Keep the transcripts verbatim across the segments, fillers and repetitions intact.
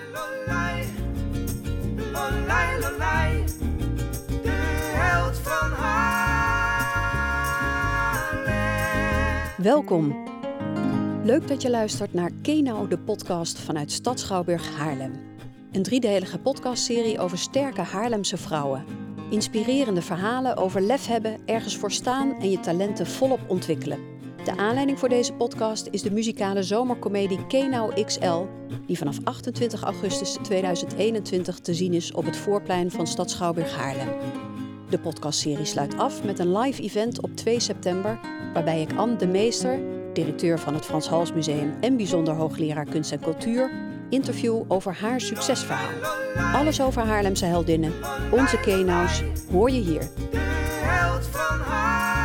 Lolai, lolai, lolai, de held van Haarlem. Welkom. Leuk dat je luistert naar Kenau, de podcast vanuit Stad Schouwburg Haarlem. Een driedelige podcastserie over sterke Haarlemse vrouwen. Inspirerende verhalen over lef hebben, ergens voor staan en je talenten volop ontwikkelen. De aanleiding voor deze podcast is de muzikale zomercomedie Kenau X L, die vanaf achtentwintig augustus tweeduizend eenentwintig te zien is op het voorplein van Stad Schouwburg Haarlem. De podcastserie sluit af met een live event op twee september, waarbij ik Anne de Meester, directeur van het Frans Hals Museum en bijzonder hoogleraar kunst en cultuur, interview over haar succesverhaal. Alles over Haarlemse heldinnen, onze Kenaus, hoor je hier. De held van Haarlem.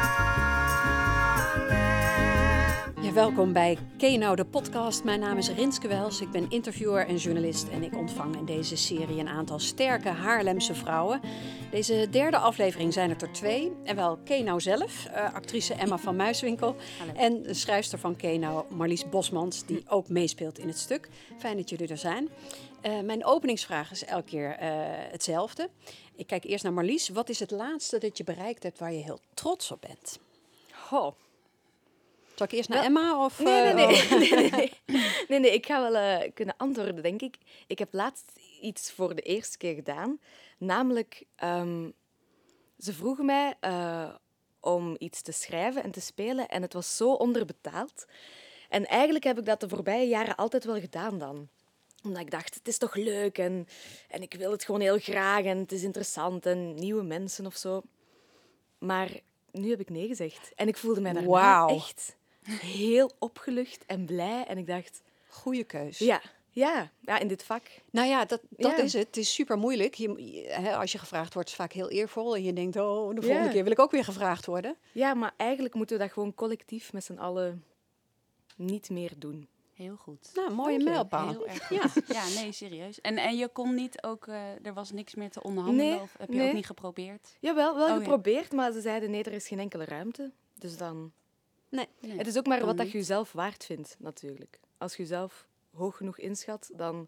Ja, welkom bij Kenau, de podcast. Mijn naam is Rinske Wels, ik ben interviewer en journalist en ik ontvang in deze serie een aantal sterke Haarlemse vrouwen. Deze derde aflevering zijn het er twee. En wel Kenau zelf, uh, actrice Emma van Muiswinkel. Hallo. En de schrijfster van Kenau, Marlies Bosmans, die ook meespeelt in het stuk. Fijn dat jullie er zijn. Uh, mijn openingsvraag is elke keer uh, hetzelfde. Ik kijk eerst naar Marlies. Wat is het laatste dat je bereikt hebt waar je heel trots op bent? Oh. Zal ik eerst naar Emma? Of, nee, nee, nee. Uh, nee, nee, nee. nee, nee ik ga wel uh, kunnen antwoorden, denk ik. Ik heb laatst iets voor de eerste keer gedaan. Namelijk, um, ze vroegen mij uh, om iets te schrijven en te spelen. En het was zo onderbetaald. En eigenlijk heb ik dat de voorbije jaren altijd wel gedaan dan. Omdat ik dacht, het is toch leuk en, en ik wil het gewoon heel graag. En het is interessant en nieuwe mensen of zo. Maar nu heb ik nee gezegd. En ik voelde mij daarna wow. echt heel opgelucht en blij. En ik dacht... Goeie keus. Ja, ja, ja in dit vak. Nou ja, dat, dat ja. is het. Het is super moeilijk. Je, hè, als je gevraagd wordt, is het vaak heel eervol. En je denkt, oh, de volgende ja. keer wil ik ook weer gevraagd worden. Ja, maar eigenlijk moeten we dat gewoon collectief met z'n allen niet meer doen. Heel goed. Nou, mooie mijlpaal. Heel erg goed. Ja. ja, nee, serieus. En, en je kon niet ook, uh, er was niks meer te onderhandelen? Nee, of heb je nee. ook niet geprobeerd? Jawel, wel oh, geprobeerd, ja. Maar ze zeiden nee, er is geen enkele ruimte. Dus dan... Nee. nee. Het is ook maar dan wat dat niet. je jezelf waard vindt, natuurlijk. Als je jezelf hoog genoeg inschat, dan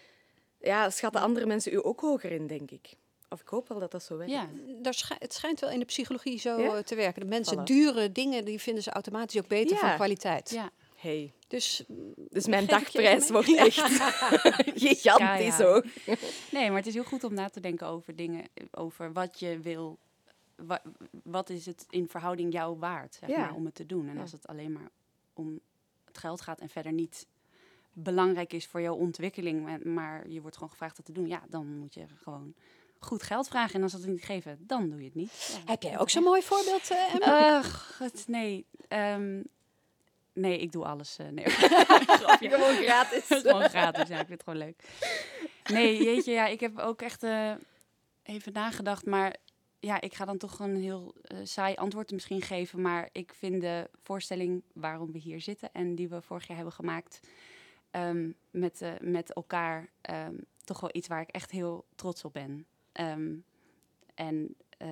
ja, schatten andere mensen u ook hoger in, denk ik. Of ik hoop wel dat dat zo werkt. Ja, daar schij- het schijnt wel in de psychologie zo ja? te werken. De mensen voilà. dure dingen, die vinden ze automatisch ook beter ja. van kwaliteit. Ja. Hey. Dus, dus mijn geef dagprijs wordt echt gigantisch ja, ja. hoog. Nee, maar het is heel goed om na te denken over dingen, over wat je wil. Wa- wat is het in verhouding jou waard, zeg ja. maar, om het te doen. En ja. als het alleen maar om het geld gaat en verder niet belangrijk is voor jouw ontwikkeling, maar je wordt gewoon gevraagd dat te doen, ja, dan moet je gewoon goed geld vragen. En als ze het niet geven, dan doe je het niet. Ja, heb jij ook zo'n mooi voorbeeld, uh, Emma? Uh, God, nee. Um, nee, ik doe alles. Uh, nee. Gewoon gratis. Gewoon gratis, ja, ik vind het gewoon leuk. Nee, jeetje, ja, ik heb ook echt uh, even nagedacht, maar ja, ik ga dan toch een heel uh, saai antwoord misschien geven, maar ik vind de voorstelling waarom we hier zitten en die we vorig jaar hebben gemaakt um, met, uh, met elkaar um, toch wel iets waar ik echt heel trots op ben. Um, en uh,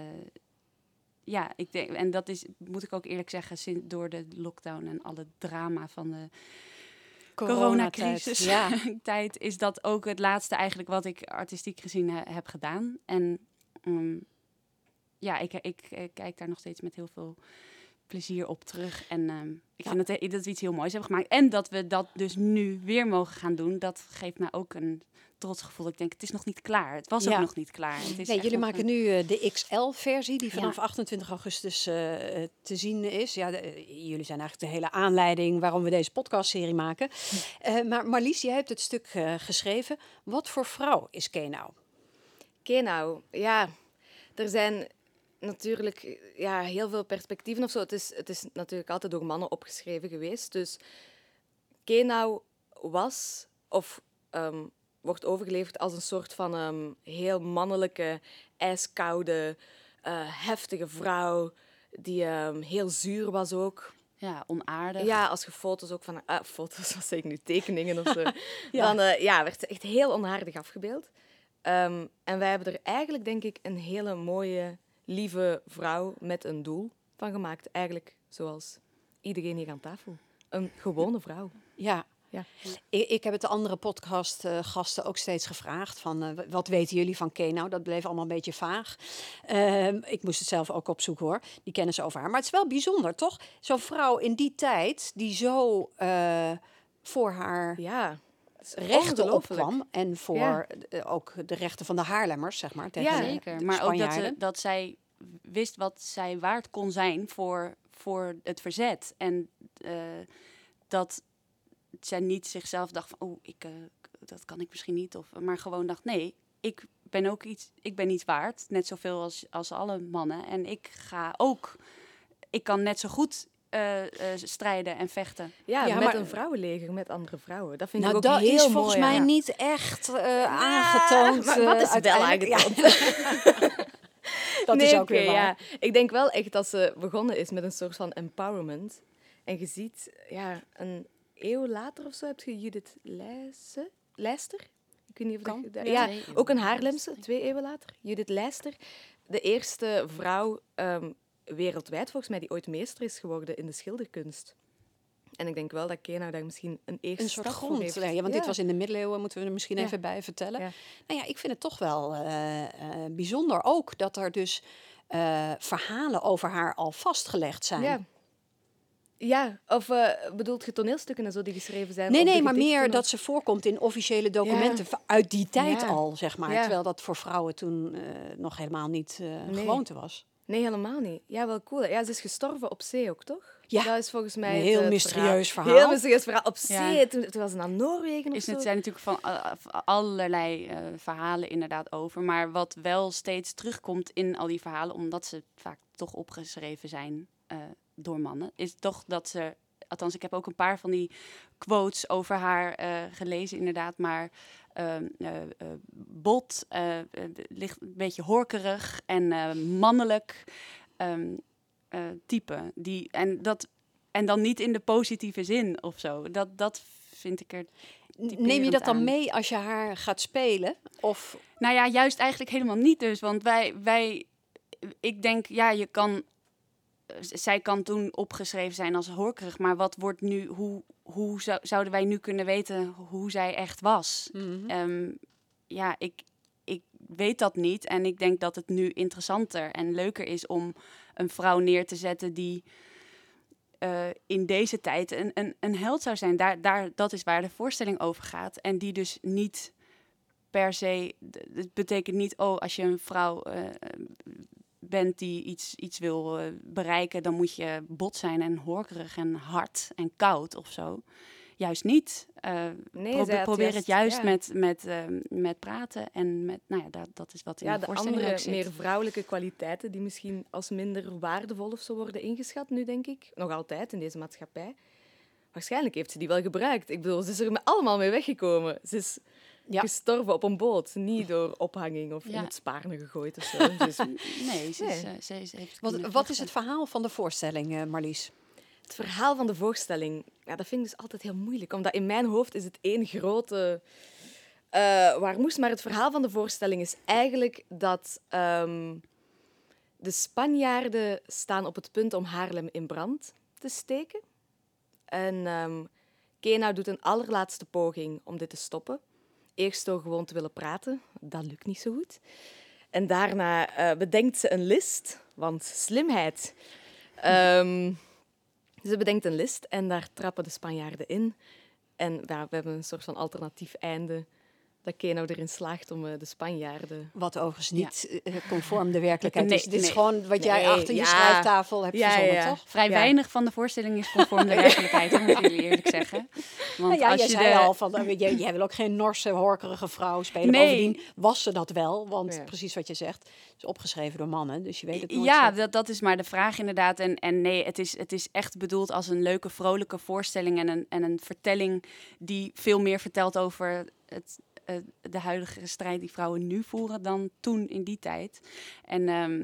ja, ik denk, en dat is, moet ik ook eerlijk zeggen, sinds, door de lockdown en alle drama van de coronacrisis ja. tijd, is dat ook het laatste eigenlijk wat ik artistiek gezien he, heb gedaan. En um, ja, ik, ik, ik kijk daar nog steeds met heel veel plezier op terug. En um, ik ja. vind dat, dat we iets heel moois hebben gemaakt. En dat we dat dus nu weer mogen gaan doen, dat geeft mij ook een trots gevoel. Ik denk, het is nog niet klaar. Het was ja. ook nog niet klaar. Het is nee, jullie maken een... nu uh, de X L-versie, die vanaf ja. achtentwintig augustus uh, te zien is. Ja, de, uh, jullie zijn eigenlijk de hele aanleiding waarom we deze podcastserie maken. Uh, maar Marlies, jij hebt het stuk uh, geschreven. Wat voor vrouw is Kenau? Kenau, ja, er zijn natuurlijk ja, heel veel perspectieven of zo. Het is, het is natuurlijk altijd door mannen opgeschreven geweest. Dus Kenau was, of um, wordt overgeleverd als een soort van um, heel mannelijke, ijskoude, uh, heftige vrouw, die um, heel zuur was ook. Ja, onaardig. Ja, als je foto's ook van... Uh, foto's, wat zeg ik nu? Tekeningen of zo. ja. Dan uh, ja, werd ze echt heel onaardig afgebeeld. Um, en wij hebben er eigenlijk, denk ik, een hele mooie, lieve vrouw met een doel van gemaakt. Eigenlijk zoals iedereen hier aan tafel. Een gewone vrouw. Ja, Ja. Ik, ik heb het de andere podcastgasten ook steeds gevraagd. Van, uh, wat weten jullie van Kenau? Dat bleef allemaal een beetje vaag. Uh, ik moest het zelf ook opzoeken hoor. Die kennis over haar. Maar het is wel bijzonder, toch? Zo'n vrouw in die tijd die zo uh, voor haar Ja, rechten opkwam. En voor ja. uh, ook de rechten van de Haarlemmers, zeg maar. Tegen Ja, de, zeker. de Maar ook dat, Spanjaarden. ze, dat zij wist wat zij waard kon zijn voor, voor het verzet. En uh, dat zij niet zichzelf dacht van, oh, ik, uh, dat kan ik misschien niet. Of, maar gewoon dacht, nee, ik ben ook iets, ik ben iets waard. Net zoveel als, als alle mannen. En ik ga ook, ik kan net zo goed uh, uh, strijden en vechten. Ja, Ja, met maar- een vrouwenleger, met andere vrouwen. Dat vind Nou, ik ook dat heel is mooi. volgens mij ja. niet echt uh, aangetoond. maar wat uh, is wel uiteindelijk. aangetoond? Ja. Dat nee, is ook oké, weer waar. ja. Ik denk wel echt dat ze begonnen is met een soort van empowerment. En je ziet, ja, een eeuw later of zo heb je Judith Leijse, Leijster. Ik weet niet of Kan, dat... dat- ja. Ja, ook een Haarlemse, twee eeuwen later. Judith Leijster. De eerste vrouw um, wereldwijd, volgens mij, die ooit meester is geworden in de schilderkunst. En ik denk wel dat Kenau daar misschien een eerste Een soort stap voor grond. heeft. Ja, want Ja. dit was in de middeleeuwen, moeten we er misschien Ja. even bij vertellen. Ja. Nou ja, ik vind het toch wel uh, uh, bijzonder ook dat er dus uh, verhalen over haar al vastgelegd zijn. Ja. Ja, of uh, bedoelt je toneelstukken en zo die geschreven zijn? Nee, of nee, de maar gedichten meer of- dat ze voorkomt in officiële documenten Ja. v- uit die tijd Ja. al, zeg maar. Ja. Terwijl dat voor vrouwen toen uh, nog helemaal niet uh, Nee. gewoonte was. Nee, helemaal niet. Ja, wel cool. Ja, ze is gestorven op zee ook, toch? Ja. Dat is volgens mij Een het, heel eh, het mysterieus verhaal. Heel mysterieus verhaal. Op Ja. zee, toen, toen was ze naar Noorwegen of Is zo. het zijn natuurlijk van uh, allerlei uh, verhalen inderdaad over. Maar wat wel steeds terugkomt in al die verhalen, omdat ze vaak toch opgeschreven zijn uh, door mannen, is toch dat ze, althans ik heb ook een paar van die quotes over haar uh, gelezen inderdaad, maar uh, uh, uh, bot, uh, uh, ligt een beetje horkerig en uh, mannelijk um, uh, type. Die, en, dat, en dan niet in de positieve zin of zo. Dat, dat vind ik er Neem je dat dan aan. mee als je haar gaat spelen? Of Nou ja, juist eigenlijk helemaal niet dus. Want wij, wij ik denk, ja, je kan, zij kan toen opgeschreven zijn als horkerig. Maar wat wordt nu, hoe, hoe zou, zouden wij nu kunnen weten hoe zij echt was? mm-hmm. Um, ja, ik, ik weet dat niet. En ik denk dat het nu interessanter en leuker is om een vrouw neer te zetten die uh, in deze tijd een, een, een held zou zijn. Daar, daar, dat is waar de voorstelling over gaat. En die dus niet per se, het betekent niet, oh, als je een vrouw uh, bent die iets, iets wil uh, bereiken, dan moet je bot zijn en horkerig en hard en koud of zo. Juist niet. Uh, Nee, probe- zij had probeer juist- het juist ja. met, met, uh, met praten en met, nou ja, dat, dat is wat in Ja, de de voorstelling ook andere, zit. meer vrouwelijke kwaliteiten die misschien als minder waardevol of zo worden ingeschat nu, denk ik. Nog altijd in deze maatschappij. Waarschijnlijk heeft ze die wel gebruikt. Ik bedoel, ze is er met allemaal mee weggekomen. Ze is Ja. gestorven op een boot, niet door ophanging of Ja. in het Spaarne gegooid of zo. Dus Nee, ze, is, Nee. uh, ze is, heeft Wat, kunnen wat is vluchten. het verhaal van de voorstelling, uh, Marlies? het verhaal van de voorstelling, ja, dat vind ik dus altijd heel moeilijk. Omdat in mijn hoofd is het één grote... Uh, waar moest, maar het verhaal van de voorstelling is eigenlijk dat um, de Spanjaarden staan op het punt om Haarlem in brand te steken. En um, Kenau doet een allerlaatste poging om dit te stoppen. Eerst door gewoon te willen praten. Dat lukt niet zo goed. En daarna uh, bedenkt ze een list, want slimheid. Um, ze bedenkt een list en daar trappen de Spanjaarden in. En ja, we hebben een soort van alternatief einde dat Kenau erin slaagt om uh, de Spanjaarden... Wat overigens niet uh, conform de werkelijkheid Nee, is. Dit is nee. gewoon wat jij Nee, achter je ja. schrijftafel hebt Ja, verzonnen, ja, ja. toch? Vrij Ja. weinig van de voorstelling is conform de werkelijkheid, dat moet ik jullie eerlijk zeggen. Want Nou ja, als jij je zei de, al, van, uh, jij, jij wil ook geen Norse, horkerige vrouw spelen. Nee. Bovendien was ze dat wel, want Ja. precies wat je zegt, het is opgeschreven door mannen, dus je weet het nooit Ja, zeker. dat, dat is maar de vraag inderdaad. En, en nee, het is, het is echt bedoeld als een leuke, vrolijke voorstelling en een, en een vertelling die veel meer vertelt over het, uh, de huidige strijd die vrouwen nu voeren dan toen in die tijd. En um,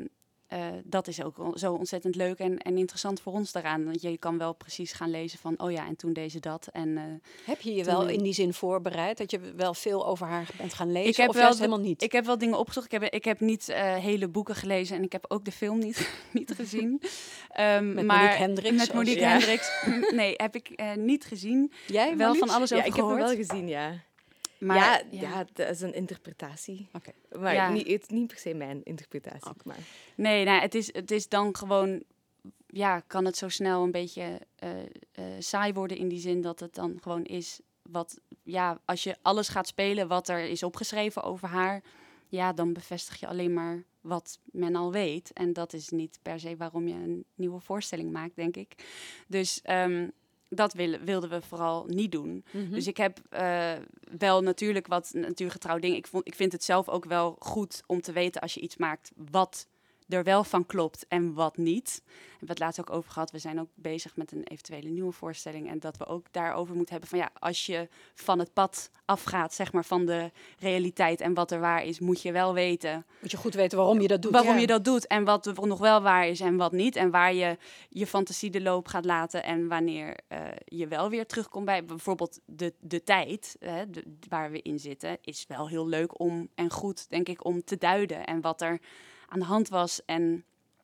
uh, dat is ook zo ontzettend leuk en, en interessant voor ons daaraan. Want je kan wel precies gaan lezen van, oh ja, en toen deze dat. En, uh, heb je je wel in die zin voorbereid? Dat je wel veel over haar bent gaan lezen? Ik heb of wel juist de, helemaal niet? Ik heb wel dingen opgezocht. Ik heb, ik heb niet uh, hele boeken gelezen en ik heb ook de film niet, niet gezien. Um, met maar, Monique Hendricks? Met Monique ja. Hendricks. Nee, heb ik uh, niet gezien. Jij, wel Marlies? van alles over ja, ik gehoord. heb het wel gezien, ja. Maar, ja, ja. ja, dat is een interpretatie. Okay. Maar ja. niet, het is niet per se mijn interpretatie. Okay. Maar. Nee, nou, het, is, het is dan gewoon... Ja, kan het zo snel een beetje uh, uh, saai worden in die zin dat het dan gewoon is wat... Ja, als je alles gaat spelen wat er is opgeschreven over haar... Ja, dan bevestig je alleen maar wat men al weet. En dat is niet per se waarom je een nieuwe voorstelling maakt, denk ik. Dus... Um, Dat willen, wilden we vooral niet doen. Mm-hmm. Dus ik heb uh, wel natuurlijk wat natuurgetrouw dingen. Ik, vond, ik vind het zelf ook wel goed om te weten als je iets maakt wat er wel van klopt en wat niet. We hebben het laatst ook over gehad. We zijn ook bezig met een eventuele nieuwe voorstelling. En dat we ook daarover moeten hebben van ja, als je van het pad afgaat, zeg maar, van de realiteit en wat er waar is, moet je wel weten. Moet je goed weten waarom je dat doet. Waarom ja. je dat doet en wat er nog wel waar is en wat niet. En waar je je fantasie de loop gaat laten en wanneer uh, je wel weer terugkomt bij bijvoorbeeld de, de tijd hè, de, waar we in zitten, is wel heel leuk om en goed, denk ik, om te duiden. En wat er aan de hand was en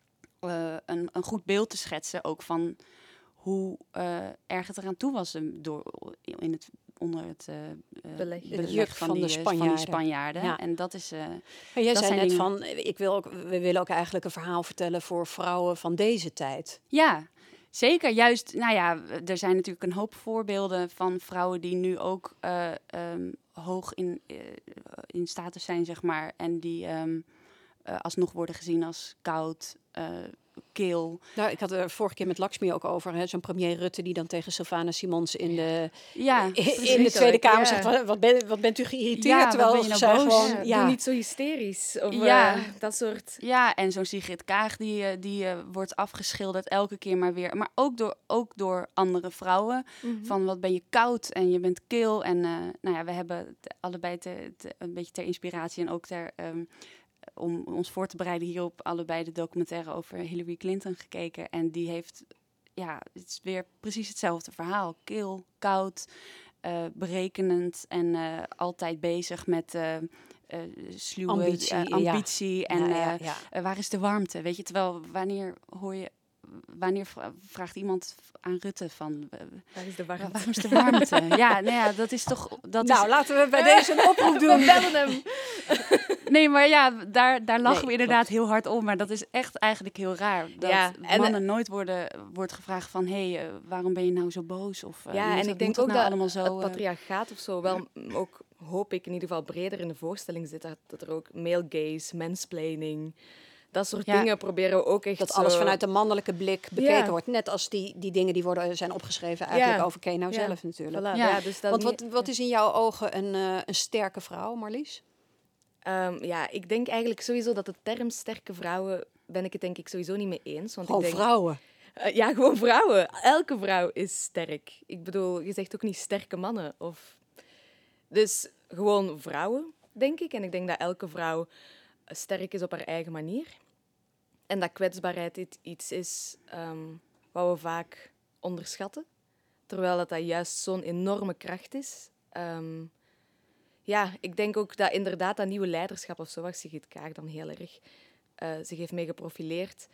uh, een, een goed beeld te schetsen ook van hoe uh, erg het eraan toe was um, door, in het, onder het uh, beleg, beleg van, van, die, de Spanjaarden. van die Spanjaarden. Ja. En dat is... Uh, maar jij dat zei net dingen... van, ik wil ook, we willen ook eigenlijk een verhaal vertellen voor vrouwen van deze tijd. Ja, zeker. Juist, nou ja, er zijn natuurlijk een hoop voorbeelden van vrouwen die nu ook uh, um, hoog in, uh, in status zijn, zeg maar. En die... Um, Uh, alsnog worden gezien als koud, uh, kil. Nou, ik had er vorige keer met Lakshmi ook over. Hè, zo'n premier Rutte die dan tegen Sylvana Simons in de, ja, in, in de Tweede Kamer ja. zegt... Wat, wat, ben, wat bent u geïrriteerd? Ja, terwijl ben je nou zij boos? gewoon... Ja, Ja. Doe niet zo hysterisch. Of ja. uh, dat soort... Ja, en zo'n Sigrid Kaag die, die uh, wordt afgeschilderd elke keer maar weer. Maar ook door, ook door andere vrouwen. Mm-hmm. Van wat ben je koud en je bent kil. En uh, nou ja, we hebben allebei te, te, een beetje ter inspiratie en ook ter... Um, om ons voor te bereiden hierop allebei de documentaire over Hillary Clinton gekeken. En die heeft, ja, het is weer precies hetzelfde verhaal. Kil, koud, uh, berekenend en uh, altijd bezig met uh, uh, sluwe ambitie. Uh, ambitie ja. en ja, ja, uh, ja. Uh, waar is de warmte? Weet je, terwijl wanneer hoor je... Wanneer vraagt iemand aan Rutte van... Uh, waar is de warmte? Waar is de warmte? ja, nou ja, dat is toch... Dat nou, is... laten we bij deze een oproep doen. We bellen hem. Nee, maar ja, daar, daar lachen nee, we inderdaad klopt. heel hard om. Maar dat is echt eigenlijk heel raar. Dat ja, en mannen nooit worden wordt gevraagd van... hé, hey, uh, waarom ben je nou zo boos? Of, uh, ja, en ik denk ook nou dat allemaal zo, het patriarchaat of zo wel ook, hoop ik in ieder geval, breder in de voorstelling zit. Dat, dat er ook male gaze, mansplaining... Dat soort ja. dingen proberen we ook echt Dat alles zo... vanuit de mannelijke blik bekeken ja. wordt. Net als die, die dingen die worden, zijn opgeschreven eigenlijk ja. over Kenau ja. zelf natuurlijk. Voilà, ja. ja, dus dat Want wat, niet, wat is in jouw ogen een, uh, een sterke vrouw, Marlies? Um, ja, ik denk eigenlijk sowieso dat de term sterke vrouwen... ben ik het denk ik sowieso niet mee eens. Want Gewoon ik denk, vrouwen? Uh, ja, gewoon vrouwen. Elke vrouw is sterk. Ik bedoel, je zegt ook niet sterke mannen. Of... Dus gewoon vrouwen, denk ik. En ik denk dat elke vrouw sterk is op haar eigen manier. En dat kwetsbaarheid iets is um, wat we vaak onderschatten. Terwijl dat, dat juist zo'n enorme kracht is. Um, ja, ik denk ook dat inderdaad dat nieuwe leiderschap of zo, waar Sigrid Kaag dan heel erg uh, zich heeft mee geprofileerd.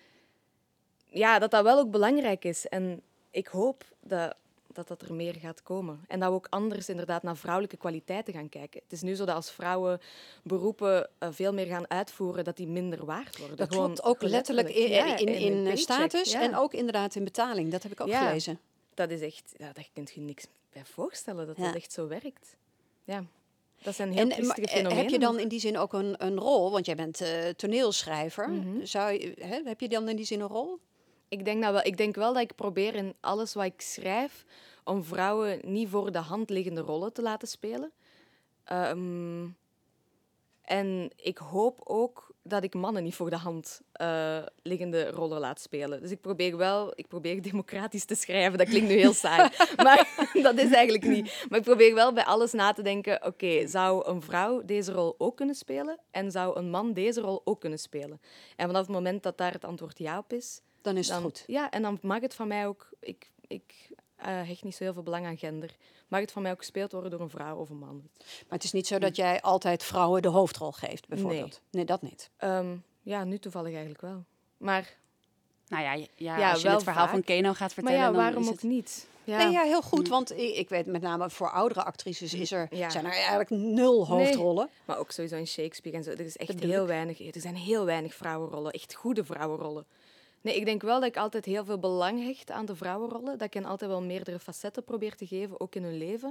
Ja, dat dat wel ook belangrijk is. En ik hoop dat, dat dat er meer gaat komen. En dat we ook anders inderdaad naar vrouwelijke kwaliteiten gaan kijken. Het is nu zo dat als vrouwen beroepen uh, veel meer gaan uitvoeren, dat die minder waard worden. Dat Gewoon klopt, ook letterlijk in, ja, in, in, in paycheck, status ja. en ook inderdaad in betaling. Dat heb ik ook ja, gelezen. Dat is echt, ja, daar kun je niks bij voorstellen, dat ja. dat echt zo werkt. Ja. Dat zijn heel en, triestige maar, fenomenen. heb je dan in die zin ook een, een rol? Want jij bent uh, toneelschrijver. Mm-hmm. Zou je, hè, heb je dan in die zin een rol? Ik denk, nou wel, ik denk wel dat ik probeer in alles wat ik schrijf om vrouwen niet voor de hand liggende rollen te laten spelen. Um, En ik hoop ook dat ik mannen niet voor de hand uh, liggende rollen laat spelen. Dus ik probeer wel, ik probeer democratisch te schrijven. Dat klinkt nu heel saai, maar dat is eigenlijk niet. Maar ik probeer wel bij alles na te denken, oké, okay, zou een vrouw deze rol ook kunnen spelen? En zou een man deze rol ook kunnen spelen? En vanaf het moment dat daar het antwoord ja op is... Dan is het dan, goed. Ja, en dan mag het van mij ook... Ik, ik uh, hecht niet zo heel veel belang aan gender. Mag het van mij ook gespeeld worden door een vrouw of een man? Maar het is niet zo dat jij altijd vrouwen de hoofdrol geeft, bijvoorbeeld? Nee, nee dat niet. Um, ja, nu toevallig eigenlijk wel. Maar... Nou ja, ja, ja als je het verhaal vaak. van Keno gaat vertellen, maar ja, dan waarom is ook het... niet? Ja. Nee, ja, heel goed, want ik, ik weet met name voor oudere actrices is er, ja. zijn er eigenlijk nul hoofdrollen. Nee, maar ook sowieso in Shakespeare en zo. Er is echt heel weinig, er zijn heel weinig vrouwenrollen, echt goede vrouwenrollen. Nee, ik denk wel dat ik altijd heel veel belang hecht aan de vrouwenrollen. Dat ik hen altijd wel meerdere facetten probeer te geven, ook in hun leven.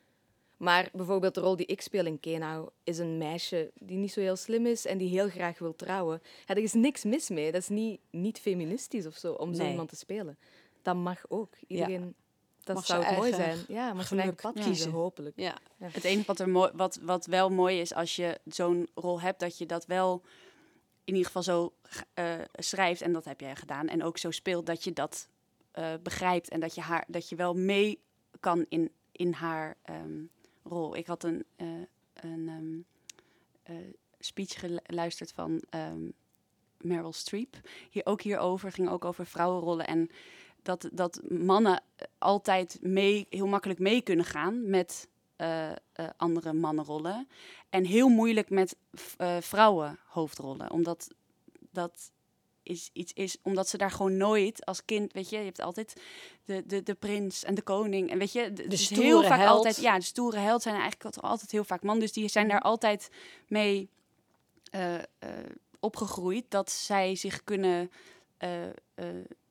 Maar bijvoorbeeld de rol die ik speel in Kenau is een meisje die niet zo heel slim is en die heel graag wil trouwen. Ja, er is niks mis mee. Dat is niet, niet feministisch of zo om nee. zo iemand te spelen. Dat mag ook. Iedereen, ja. Dat mag zou het mooi zijn. Ja, mag zijn eigen pad ja. kiezen, hopelijk. Ja. Ja. Het enige wat, er mooi, wat, wat wel mooi is als je zo'n rol hebt, dat je dat wel in ieder geval zo uh, schrijft, en dat heb jij gedaan, en ook zo speelt, dat je dat uh, begrijpt en dat je, haar, dat je wel mee kan in, in haar um, rol. Ik had een, uh, een um, uh, speech geluisterd van um, Meryl Streep. Hier, ook hierover, ging ook over vrouwenrollen en dat, dat mannen altijd mee, heel makkelijk mee kunnen gaan met uh, uh, andere mannenrollen. En heel moeilijk met uh, vrouwenhoofdrollen. Omdat dat is iets is, omdat ze daar gewoon nooit als kind, weet je, je hebt altijd de, de, de prins en de koning. En weet je, de dus stoere heel vaak held. altijd, ja, de stoere held zijn eigenlijk altijd heel vaak mannen. Dus die zijn daar altijd mee uh, uh, opgegroeid dat zij zich kunnen uh, uh,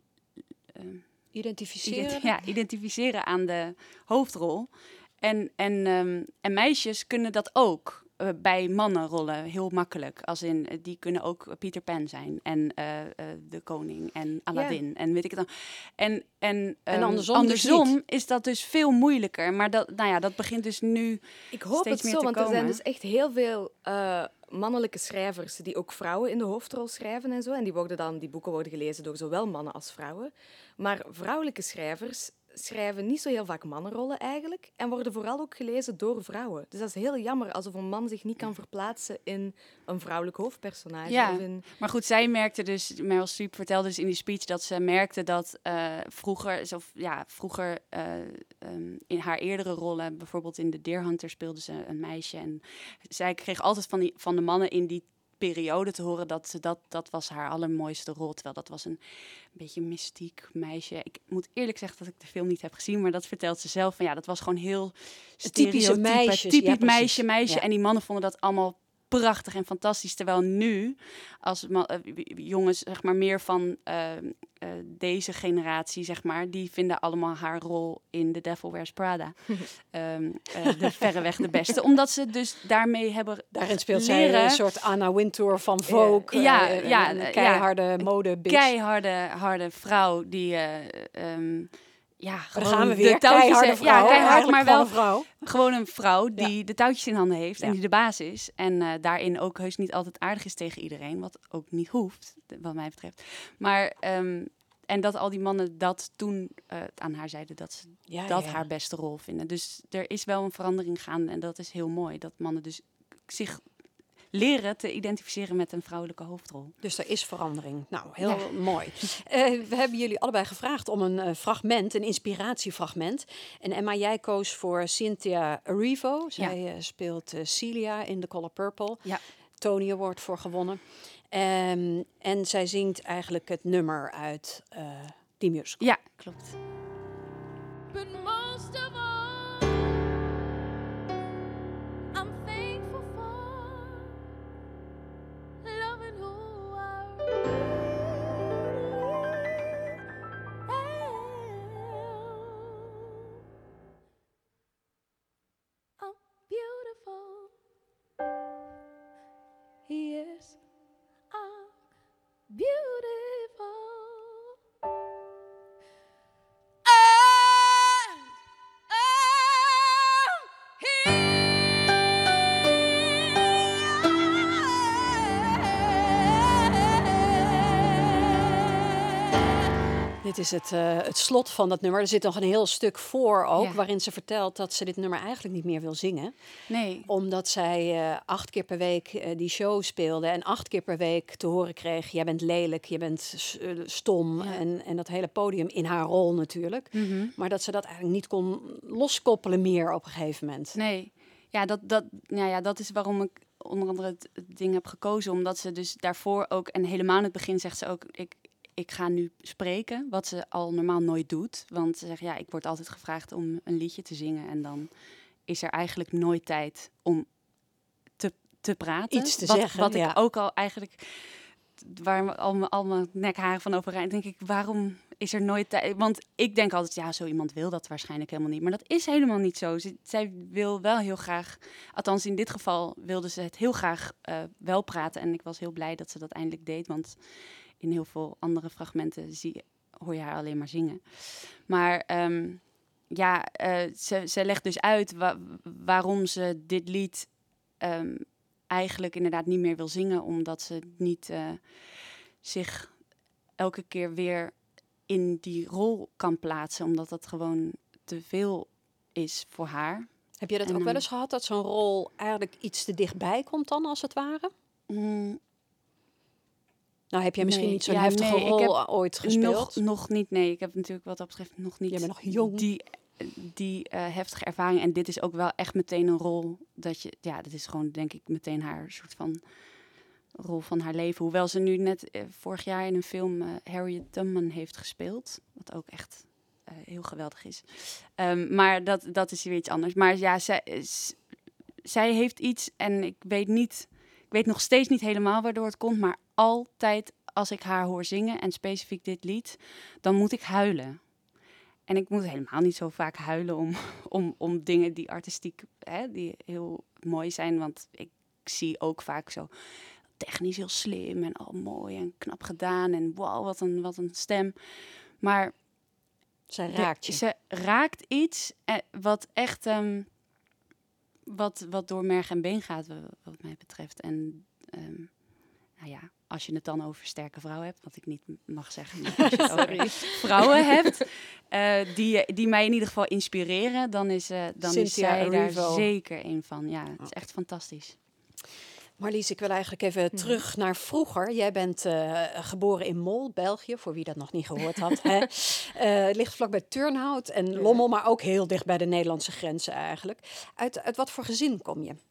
Uh, identificeren. Ident- ja, identificeren aan de hoofdrol. En, en, um, en meisjes kunnen dat ook uh, bij mannenrollen heel makkelijk. Als in, uh, die kunnen ook Peter Pan zijn. En uh, uh, de koning en Aladdin. Yeah. En weet ik het dan. En, en, um, en andersom, andersom dus is dat dus veel moeilijker. Maar dat, nou ja, dat begint dus nu Ik hoop steeds het meer zo, te want komen. er zijn dus echt heel veel uh, mannelijke schrijvers die ook vrouwen in de hoofdrol schrijven en zo. En die, worden dan, die boeken worden gelezen door zowel mannen als vrouwen. Maar vrouwelijke schrijvers schrijven niet zo heel vaak mannenrollen eigenlijk en worden vooral ook gelezen door vrouwen. Dus dat is heel jammer, alsof een man zich niet kan verplaatsen in een vrouwelijk hoofdpersonage. Ja, of in... maar goed, zij merkte dus, Meryl Streep vertelde dus in die speech dat ze merkte dat uh, vroeger, zo, ja, vroeger uh, um, in haar eerdere rollen, bijvoorbeeld in The Deer Hunter speelde ze een meisje en zij kreeg altijd van, die, van de mannen in die periode te horen dat ze dat, dat was haar allermooiste rol. Terwijl dat was een, een beetje mystiek meisje. Ik moet eerlijk zeggen dat ik de film niet heb gezien, maar dat vertelt ze zelf. Van ja, dat was gewoon heel typische meisje. Typisch ja, meisje, meisje. Ja. En die mannen vonden dat allemaal prachtig en fantastisch. Terwijl nu, als ma- uh, jongens zeg maar meer van uh, uh, deze generatie, zeg maar, die vinden allemaal haar rol in The Devil Wears Prada um, uh, de verreweg de beste. Omdat ze dus daarmee hebben Daarin speelt leren, zij een soort Anna Wintour van Vogue. Uh, ja, uh, ja, een keiharde ja, modebitch. Keiharde harde vrouw die... Uh, um, Ja, gewoon gaan we weer. De touwtjes keiharde vrouw. Ja, keihard, maar wel een vrouw. gewoon een vrouw die ja. de touwtjes in handen heeft en ja. die de baas is. En uh, daarin ook heus niet altijd aardig is tegen iedereen, wat ook niet hoeft, wat mij betreft. Maar, um, en dat al die mannen dat toen uh, aan haar zeiden, dat ze ja, dat ja. haar beste rol vinden. Dus er is wel een verandering gaande en dat is heel mooi. Dat mannen dus zich leren te identificeren met een vrouwelijke hoofdrol. Dus er is verandering. Nou, heel ja. mooi. Uh, we hebben jullie allebei gevraagd om een uh, fragment, een inspiratiefragment. En Emma, jij koos voor Cynthia Erivo. Zij ja. uh, speelt uh, Celia in The Color Purple. Ja. Tony Award voor gewonnen. Um, en zij zingt eigenlijk het nummer uit uh, die musical. Ja, klopt. But most of all, I'm thankful for loving who I really am. I'm beautiful. Yes, I'm beautiful. And Dit is het, uh, het slot van dat nummer. Er zit nog een heel stuk voor ook, Ja. waarin ze vertelt dat ze dit nummer eigenlijk niet meer wil zingen. Nee. Omdat zij uh, acht keer per week uh, die show speelde en acht keer per week te horen kreeg, jij bent lelijk, je bent uh, stom Ja. en, en dat hele podium in haar rol natuurlijk. Mm-hmm. Maar dat ze dat eigenlijk niet kon loskoppelen meer op een gegeven moment. Nee. Ja, dat, dat, nou ja, dat is waarom ik onder andere het, het ding heb gekozen. Omdat ze dus daarvoor ook, en helemaal in het begin zegt ze ook, ik, ik ga nu spreken, wat ze al normaal nooit doet. Want ze zegt, ja, ik word altijd gevraagd om een liedje te zingen. En dan is er eigenlijk nooit tijd om te, te praten. Iets te wat, zeggen, Wat ja. ik ook al eigenlijk, waar me al, mijn- al mijn nekharen van overeind, denk ik, waarom is er nooit tijd? Want ik denk altijd, ja, zo iemand wil dat waarschijnlijk helemaal niet. Maar dat is helemaal niet zo. Ze, zij wil wel heel graag, althans in dit geval wilde ze het heel graag uh, wel praten. En ik was heel blij dat ze dat eindelijk deed, want in heel veel andere fragmenten zie, hoor je haar alleen maar zingen. Maar um, ja, uh, ze, ze legt dus uit wa- waarom ze dit lied um, eigenlijk inderdaad niet meer wil zingen. Omdat ze niet uh, zich elke keer weer in die rol kan plaatsen. Omdat dat gewoon te veel is voor haar. Heb je dat En, ook wel um, eens gehad, dat zo'n rol eigenlijk iets te dichtbij komt dan, als het ware? Mm, Nou, heb jij misschien Nee, niet zo'n ja, heftige nee, ik rol heb ooit gespeeld? Nog, nog niet, nee. Ik heb natuurlijk wat dat betreft nog niet Jij bent nog jong. die, die uh, heftige ervaring. En dit is ook wel echt meteen een rol dat je... Ja, dit is gewoon denk ik meteen haar soort van rol van haar leven. Hoewel ze nu net uh, vorig jaar in een film uh, Harriet Tubman heeft gespeeld. Wat ook echt uh, heel geweldig is. Um, maar dat, dat is weer iets anders. Maar ja, zij, s- zij heeft iets en ik weet niet... Ik weet nog steeds niet helemaal waardoor het komt, maar altijd als ik haar hoor zingen, en specifiek dit lied, dan moet ik huilen. En ik moet helemaal niet zo vaak huilen om, om, om dingen die artistiek, hè, die heel mooi zijn. Want ik zie ook vaak zo technisch heel slim en al mooi en knap gedaan. En wow, wat een, wat een stem. Maar Zij raakt je. de, ze raakt iets eh, wat echt... Um, wat, wat door merg en been gaat, wat, wat mij betreft. En um, nou ja, als je het dan over sterke vrouwen hebt, wat ik niet mag zeggen, maar als je het over vrouwen hebt, uh, die, die mij in ieder geval inspireren, dan is, uh, dan is Cynthia zij Erivo. daar zeker een van. Ja, het is echt fantastisch. Marlies, ik wil eigenlijk even Mhm. terug naar vroeger. Jij bent uh, geboren in Mol, België, voor wie dat nog niet gehoord had. Hè? Uh, het ligt vlakbij Turnhout en Lommel, maar ook heel dicht bij de Nederlandse grenzen eigenlijk. Uit, uit wat voor gezin kom je?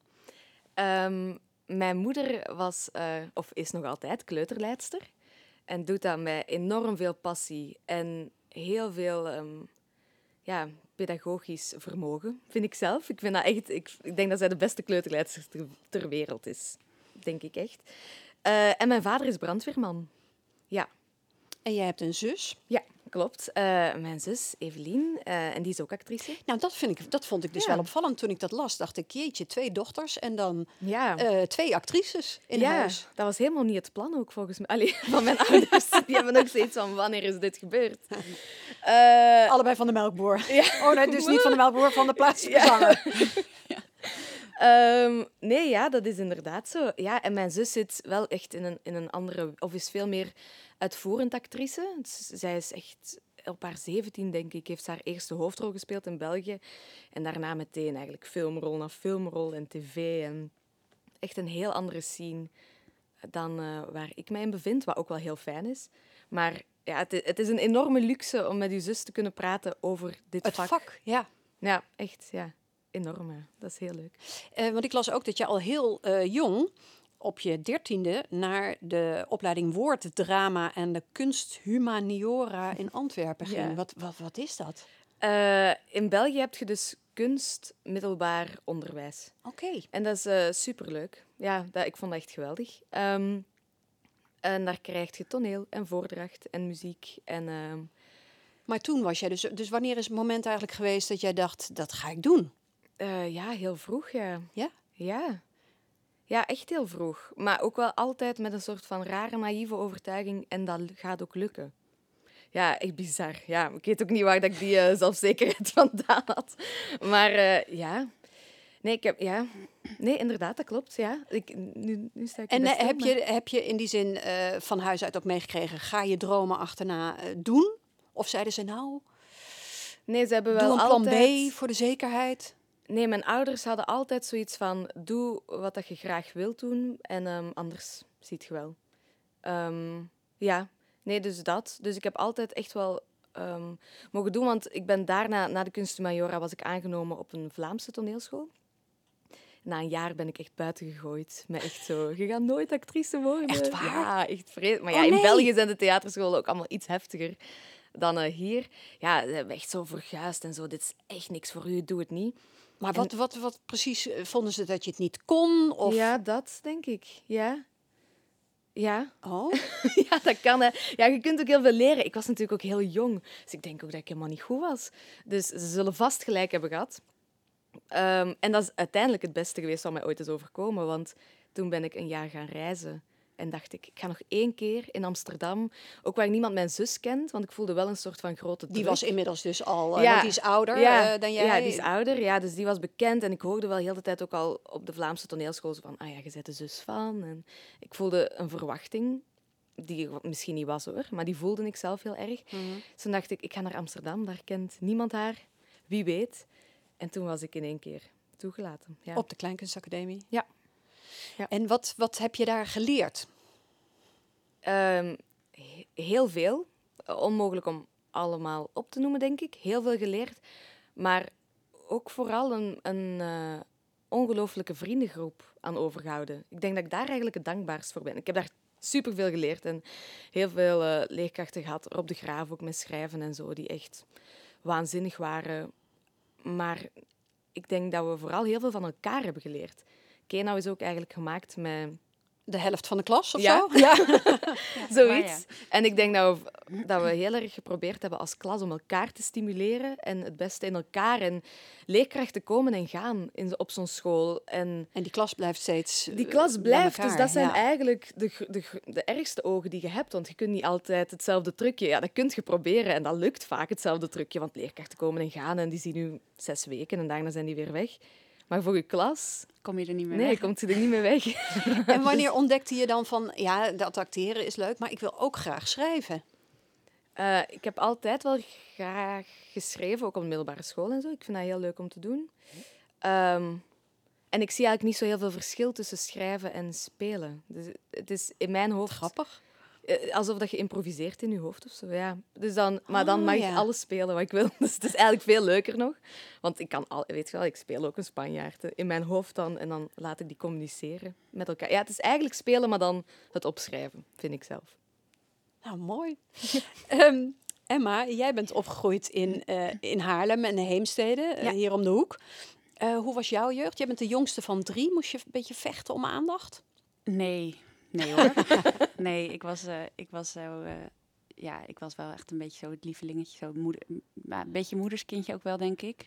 Um, mijn moeder was, uh, of is nog altijd, kleuterleidster. En doet dat met enorm veel passie en heel veel um, ja, pedagogisch vermogen, vind ik zelf. Ik, vind dat echt, ik, ik denk dat zij de beste kleuterleidster ter, ter wereld is. Denk ik echt. Uh, en mijn vader is brandweerman. Ja. En jij hebt een zus? Ja, klopt. Uh, mijn zus, Evelien, uh, en die is ook actrice. Nou, dat, vind ik, dat vond ik dus Ja. wel opvallend toen ik dat las. Dacht ik, jeetje, twee dochters en dan Ja. uh, twee actrices in ja, huis. Dat was helemaal niet het plan ook, volgens mij. Allee, van mijn ouders. Die hebben ook zoiets van, wanneer is dit gebeurd? Uh, Allebei van de melkboer. Ja. Oh nee, dus niet van de melkboer, van de plaatselijke zanger. Ja. Um, nee, ja, dat is inderdaad zo. Ja, en mijn zus zit wel echt in een, in een andere... Of is veel meer uitvoerend actrice. Dus zij is echt... Op haar zeventien, denk ik, heeft ze haar eerste hoofdrol gespeeld in België. En daarna meteen eigenlijk filmrol na filmrol en tv. En echt een heel andere scene dan uh, waar ik mij in bevind, wat ook wel heel fijn is. Maar ja, het, het is een enorme luxe om met je zus te kunnen praten over dit Het vak. vak, ja. Ja, echt, ja. Enorm, hè. Dat is heel leuk. Uh, want ik las ook dat je al heel uh, jong, op je dertiende, naar de opleiding Woorddrama en de Kunst Humaniora in Antwerpen ging. Ja. Wat, wat, wat is dat? Uh, in België heb je dus kunst middelbaar onderwijs. Oké. Okay. En dat is uh, superleuk. Ja, dat, ik vond dat echt geweldig. Um, en daar krijg je toneel en voordracht en muziek. En, uh... Maar toen was jij dus... Dus wanneer is het moment eigenlijk geweest dat jij dacht, dat ga ik doen? Uh, ja, heel vroeg, ja. Ja? Ja. Ja, echt heel vroeg. Maar ook wel altijd met een soort van rare, naïeve overtuiging. En dat gaat ook lukken. Ja, echt bizar. Ja, ik weet ook niet waar dat ik die uh, zelfzekerheid vandaan had. Maar uh, ja... Nee, ik heb, ja. Nee, inderdaad, dat klopt. Ja. Ik, nu, nu sta ik En erbij eh, stil, heb, maar- je, heb je in die zin eh, van huis uit ook meegekregen, ga je dromen achterna eh, doen? Of zeiden ze nou, Nee, ze hebben doe wel een plan altijd... B voor de zekerheid? Nee, mijn ouders hadden altijd zoiets van... Doe wat dat je graag wilt doen en ehm, anders ziet je wel. Ehm, ja, nee, dus dat. Dus ik heb altijd echt wel ehm, mogen doen. Want ik ben daarna, na de Kunsthumaniora, was ik aangenomen op een Vlaamse toneelschool. Na een jaar ben ik echt buiten gegooid. Met echt zo, je gaat nooit actrice worden. Echt waar? Ja, echt vreemd. Maar ja, Oh, in nee. België zijn de theaterscholen ook allemaal iets heftiger dan eh, hier. Ja, ze hebben echt zo verguisd en zo. Dit is echt niks voor u, doe het niet. Maar wat, wat, wat precies, eh, vonden ze dat je het niet kon? Of... Ja, dat denk ik. Ja. Ja. Oh, Ja, dat kan. Hè. Ja, je kunt ook heel veel leren. Ik was natuurlijk ook heel jong. Dus ik denk ook dat ik helemaal niet goed was. Dus ze zullen vast gelijk hebben gehad. Ehm, en dat is uiteindelijk het beste geweest wat mij ooit is overkomen. Want toen ben ik een jaar gaan reizen. En dacht ik, ik ga nog één keer in Amsterdam. Ook waar niemand mijn zus kent. Want ik voelde wel een soort van grote druk. die was inmiddels dus al, eh, Ja. want die is ouder ja, eh, dan jij. Ja, die is ouder. Ja, dus die was bekend. En ik hoorde wel heel de tijd ook al op de Vlaamse toneelschool zo van... Ah ja, je bent de zus van. En ik voelde een verwachting, die er misschien niet was hoor. Maar die voelde ik zelf heel erg. Mhm. Dus toen dacht ik, ik ga naar Amsterdam. Daar kent niemand haar. Wie weet. En toen was ik in één keer toegelaten. Ja. Op de Kleinkunstacademie? Ja. Ja. En wat, wat heb je daar geleerd? Ehm, he- heel veel. Onmogelijk om allemaal op te noemen, denk ik. Heel veel geleerd. Maar ook vooral een, een uh, ongelooflijke vriendengroep aan overgehouden. Ik denk dat ik daar eigenlijk het dankbaarst voor ben. Ik heb daar superveel geleerd en heel veel uh, leerkrachten gehad. Rob de Graaf ook met schrijven en zo, die echt waanzinnig waren. Maar ik denk dat we vooral heel veel van elkaar hebben geleerd. Kenau is ook eigenlijk gemaakt met... De helft van de klas of Ja. zo? Ja. Zoiets. Maar ja. En ik denk dat we, dat we heel erg geprobeerd hebben als klas om elkaar te stimuleren en het beste in elkaar. En leerkrachten komen en gaan in, op zo'n school. En En die klas blijft steeds die eh, klas bij blijft. elkaar, Dus dat zijn ja. eigenlijk de, gr- de, gr- de ergste ogen die je hebt. Want je kunt niet altijd hetzelfde trucje... Ja, dat kun je proberen en dat lukt vaak, hetzelfde trucje. Want leerkrachten komen en gaan en die zien nu zes weken en daarna zijn die weer weg. Maar voor je klas, Kom je er niet meer nee, weg? komt ze er niet meer weg. En wanneer ontdekte je dan van, ja, dat acteren is leuk, maar ik wil ook graag schrijven? Uh, ik heb altijd wel graag geschreven, ook op de middelbare school en zo. Ik vind dat heel leuk om te doen. Um, en ik zie eigenlijk niet zo heel veel verschil tussen schrijven en spelen. Dus het is in mijn hoofd... Grappig. uh, alsof dat je improviseert in je hoofd of zo, ja. Dus dan, maar dan Oh, mag ja. ik alles spelen wat ik wil. Dus het is eigenlijk veel leuker nog. Want ik kan al, weet je wel, ik speel ook een Spanjaard hè, in mijn hoofd dan. En dan laat ik die communiceren met elkaar. Ja, het is eigenlijk spelen, maar dan het opschrijven, vind ik zelf. Nou, mooi. um, Emma, jij bent opgegroeid in, uh, in Haarlem en Heemstede, uh, Ja. hier om de hoek. Uh, hoe was jouw jeugd? Jij bent de jongste van drie. Moest je een beetje vechten om aandacht? Nee, nee hoor. nee, ik was, uh, ik was zo... Uh, ja, ik was wel echt een beetje zo het lievelingetje. Zo moeder, maar een beetje moederskindje ook wel, denk ik.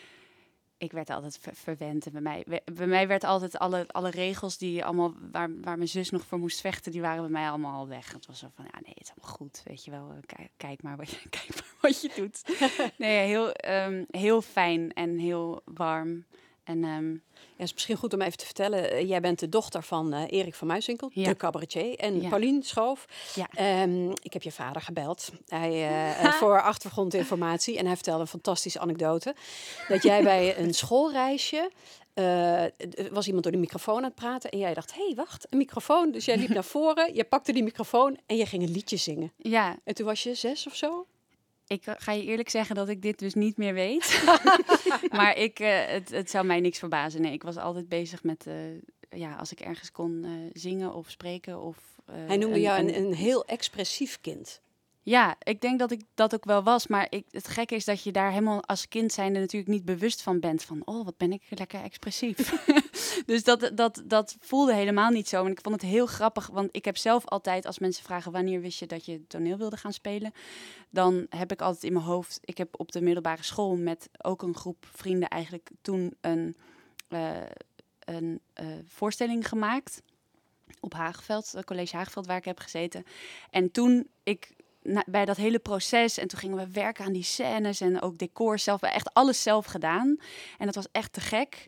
Ik werd altijd ver- verwend. En bij mij, bij mij werd altijd alle, alle regels die allemaal, waar, waar mijn zus nog voor moest vechten, die waren bij mij allemaal al weg. Het was zo van, ja, nee, het is allemaal goed. Weet je wel, kijk, kijk, maar, wat je, kijk maar wat je doet. Nee, heel, um, heel fijn en heel warm. En, um, Ja, het is misschien goed om even te vertellen. Uh, jij bent de dochter van uh, Erik van Muiswinkel, Ja. de cabaretier. En Ja. Paulien Schoof. Ja. Um, ik heb je vader gebeld hij, uh, uh, voor achtergrondinformatie. En hij vertelde een fantastische anekdote. Dat jij bij een schoolreisje... Uh, was iemand door de microfoon aan het praten. En jij dacht, hé, hey, wacht, een microfoon. Dus jij liep naar voren, je pakte die microfoon en je ging een liedje zingen. ja, En toen was je zes of zo? ik ga je eerlijk zeggen dat ik dit dus niet meer weet. maar ik, uh, het, het zou mij niks verbazen. Nee, ik was altijd bezig met, uh, ja, als ik ergens kon uh, zingen of spreken. Of, uh, Hij noemde een, jou een, een, een heel expressief kind. Ja, ik denk dat ik dat ook wel was. Maar ik, het gekke is dat je daar helemaal als kind zijnde natuurlijk niet bewust van bent. Van, oh, wat ben ik lekker expressief. Dus dat, dat, dat voelde helemaal niet zo. En ik vond het heel grappig. Want ik heb zelf altijd, als mensen vragen wanneer wist je dat je toneel wilde gaan spelen. Dan heb ik altijd in mijn hoofd. Ik heb op de middelbare school met ook een groep vrienden eigenlijk toen een, uh, een uh, voorstelling gemaakt. Op Hageveld, college Hageveld, waar ik heb gezeten. En toen ik... Na, bij dat hele proces. En toen gingen we werken aan die scènes en ook decor zelf. Echt alles zelf gedaan. En dat was echt te gek.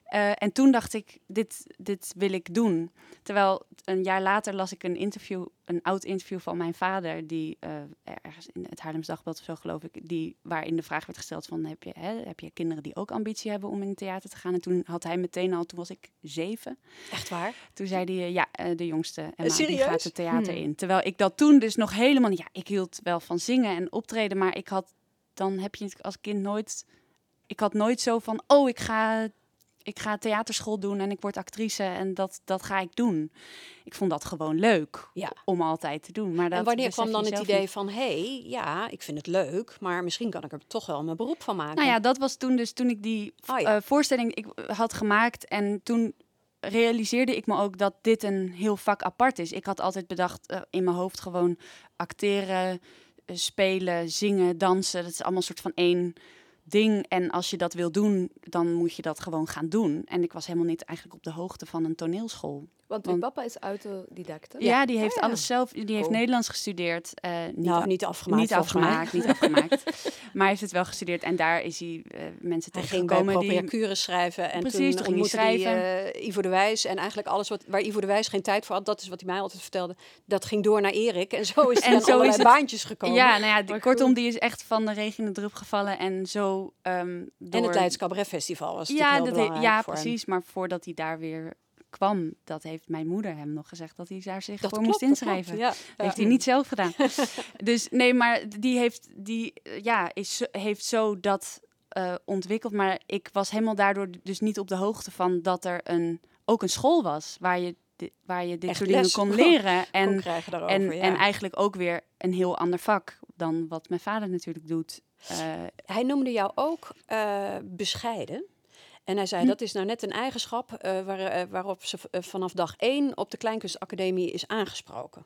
Uh, en toen dacht ik, dit, dit wil ik doen. Terwijl een jaar later las ik een interview, een oud interview van mijn vader, die uh, ergens in het Haarlems Dagblad of zo geloof ik, die, waarin de vraag werd gesteld van, heb je, hè, heb je kinderen die ook ambitie hebben om in het theater te gaan? En toen had hij meteen al, toen was ik zeven. Echt waar? Toen zei hij, uh, ja, uh, de jongste Emma, Serieus? die gaat het theater Hmm. in. Terwijl ik dat toen dus nog helemaal niet, ja, ik hield wel van zingen en optreden, maar ik had, dan heb je als kind nooit, ik had nooit zo van, oh, ik ga... Ik ga theaterschool doen en ik word actrice en dat, dat ga ik doen. Ik vond dat gewoon leuk Ja. om altijd te doen. Maar dat En wanneer besef kwam dan je het zelf idee niet. van, hé, hey, ja, ik vind het leuk, maar misschien kan ik er toch wel mijn beroep van maken? Nou ja, dat was toen dus toen ik die Oh ja. uh, voorstelling ik had gemaakt. En toen realiseerde ik me ook dat dit een heel vak apart is. Ik had altijd bedacht uh, in mijn hoofd gewoon acteren, uh, spelen, zingen, dansen. Dat is allemaal een soort van één ding. En als je dat wil doen, dan moet je dat gewoon gaan doen. En ik was helemaal niet eigenlijk op de hoogte van een toneelschool. Want uw Want- papa is autodidact, hè? Ja, die heeft Ah, ja. alles zelf. Die heeft Cool. Nederlands gestudeerd. uh, niet nou, a- niet afgemaakt niet volgens mij. afgemaakt, niet afgemaakt. Maar hij heeft het wel gestudeerd. En daar is hij uh, mensen Hij ging bij tegengekomen die... Propriacures schrijven en Precies, toen toen ging ontmoette hij hij uh, Ivo de Wijs. En eigenlijk alles wat, waar Ivo de Wijs geen tijd voor had, dat is wat hij mij altijd vertelde, dat ging door naar Erik. En zo is hij En aan zo allerlei is het- baantjes gekomen. Ja, nou ja, die, Maar kortom, goed. die is echt van de regen in de drup gevallen. En zo um, door... En het Leids Cabaret Festival was ja, natuurlijk heel dat he- belangrijk ja, voor hem. precies. Maar voordat hij daar weer kwam, dat heeft mijn moeder hem nog gezegd dat hij daar zich Dat voor klopt, moest dat klopt, inschrijven. ja. Dat heeft hij niet zelf gedaan. Dus nee, maar die heeft, die, uh, ja, is, zo- heeft zo dat uh, ontwikkeld. Maar ik was helemaal daardoor dus niet op de hoogte van dat er een, ook een school was waar je, di- waar je dit Echt soort dingen les kon leren. Kon En, krijgen daarover, en, ja. en eigenlijk ook weer een heel ander vak dan wat mijn vader natuurlijk doet. Uh, Hij noemde jou ook uh, bescheiden. En hij zei, Hm. dat is nou net een eigenschap uh, waar, uh, waarop ze v- uh, vanaf dag één op de Kleinkunstacademie is aangesproken.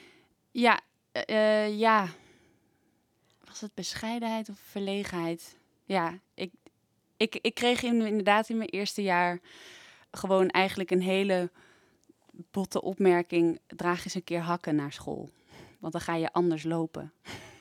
Ja, uh, ja. Was het bescheidenheid of verlegenheid? Ja, ik, ik, ik kreeg in, inderdaad in mijn eerste jaar gewoon eigenlijk een hele botte opmerking. Draag eens een keer hakken naar school. Want dan ga je anders lopen.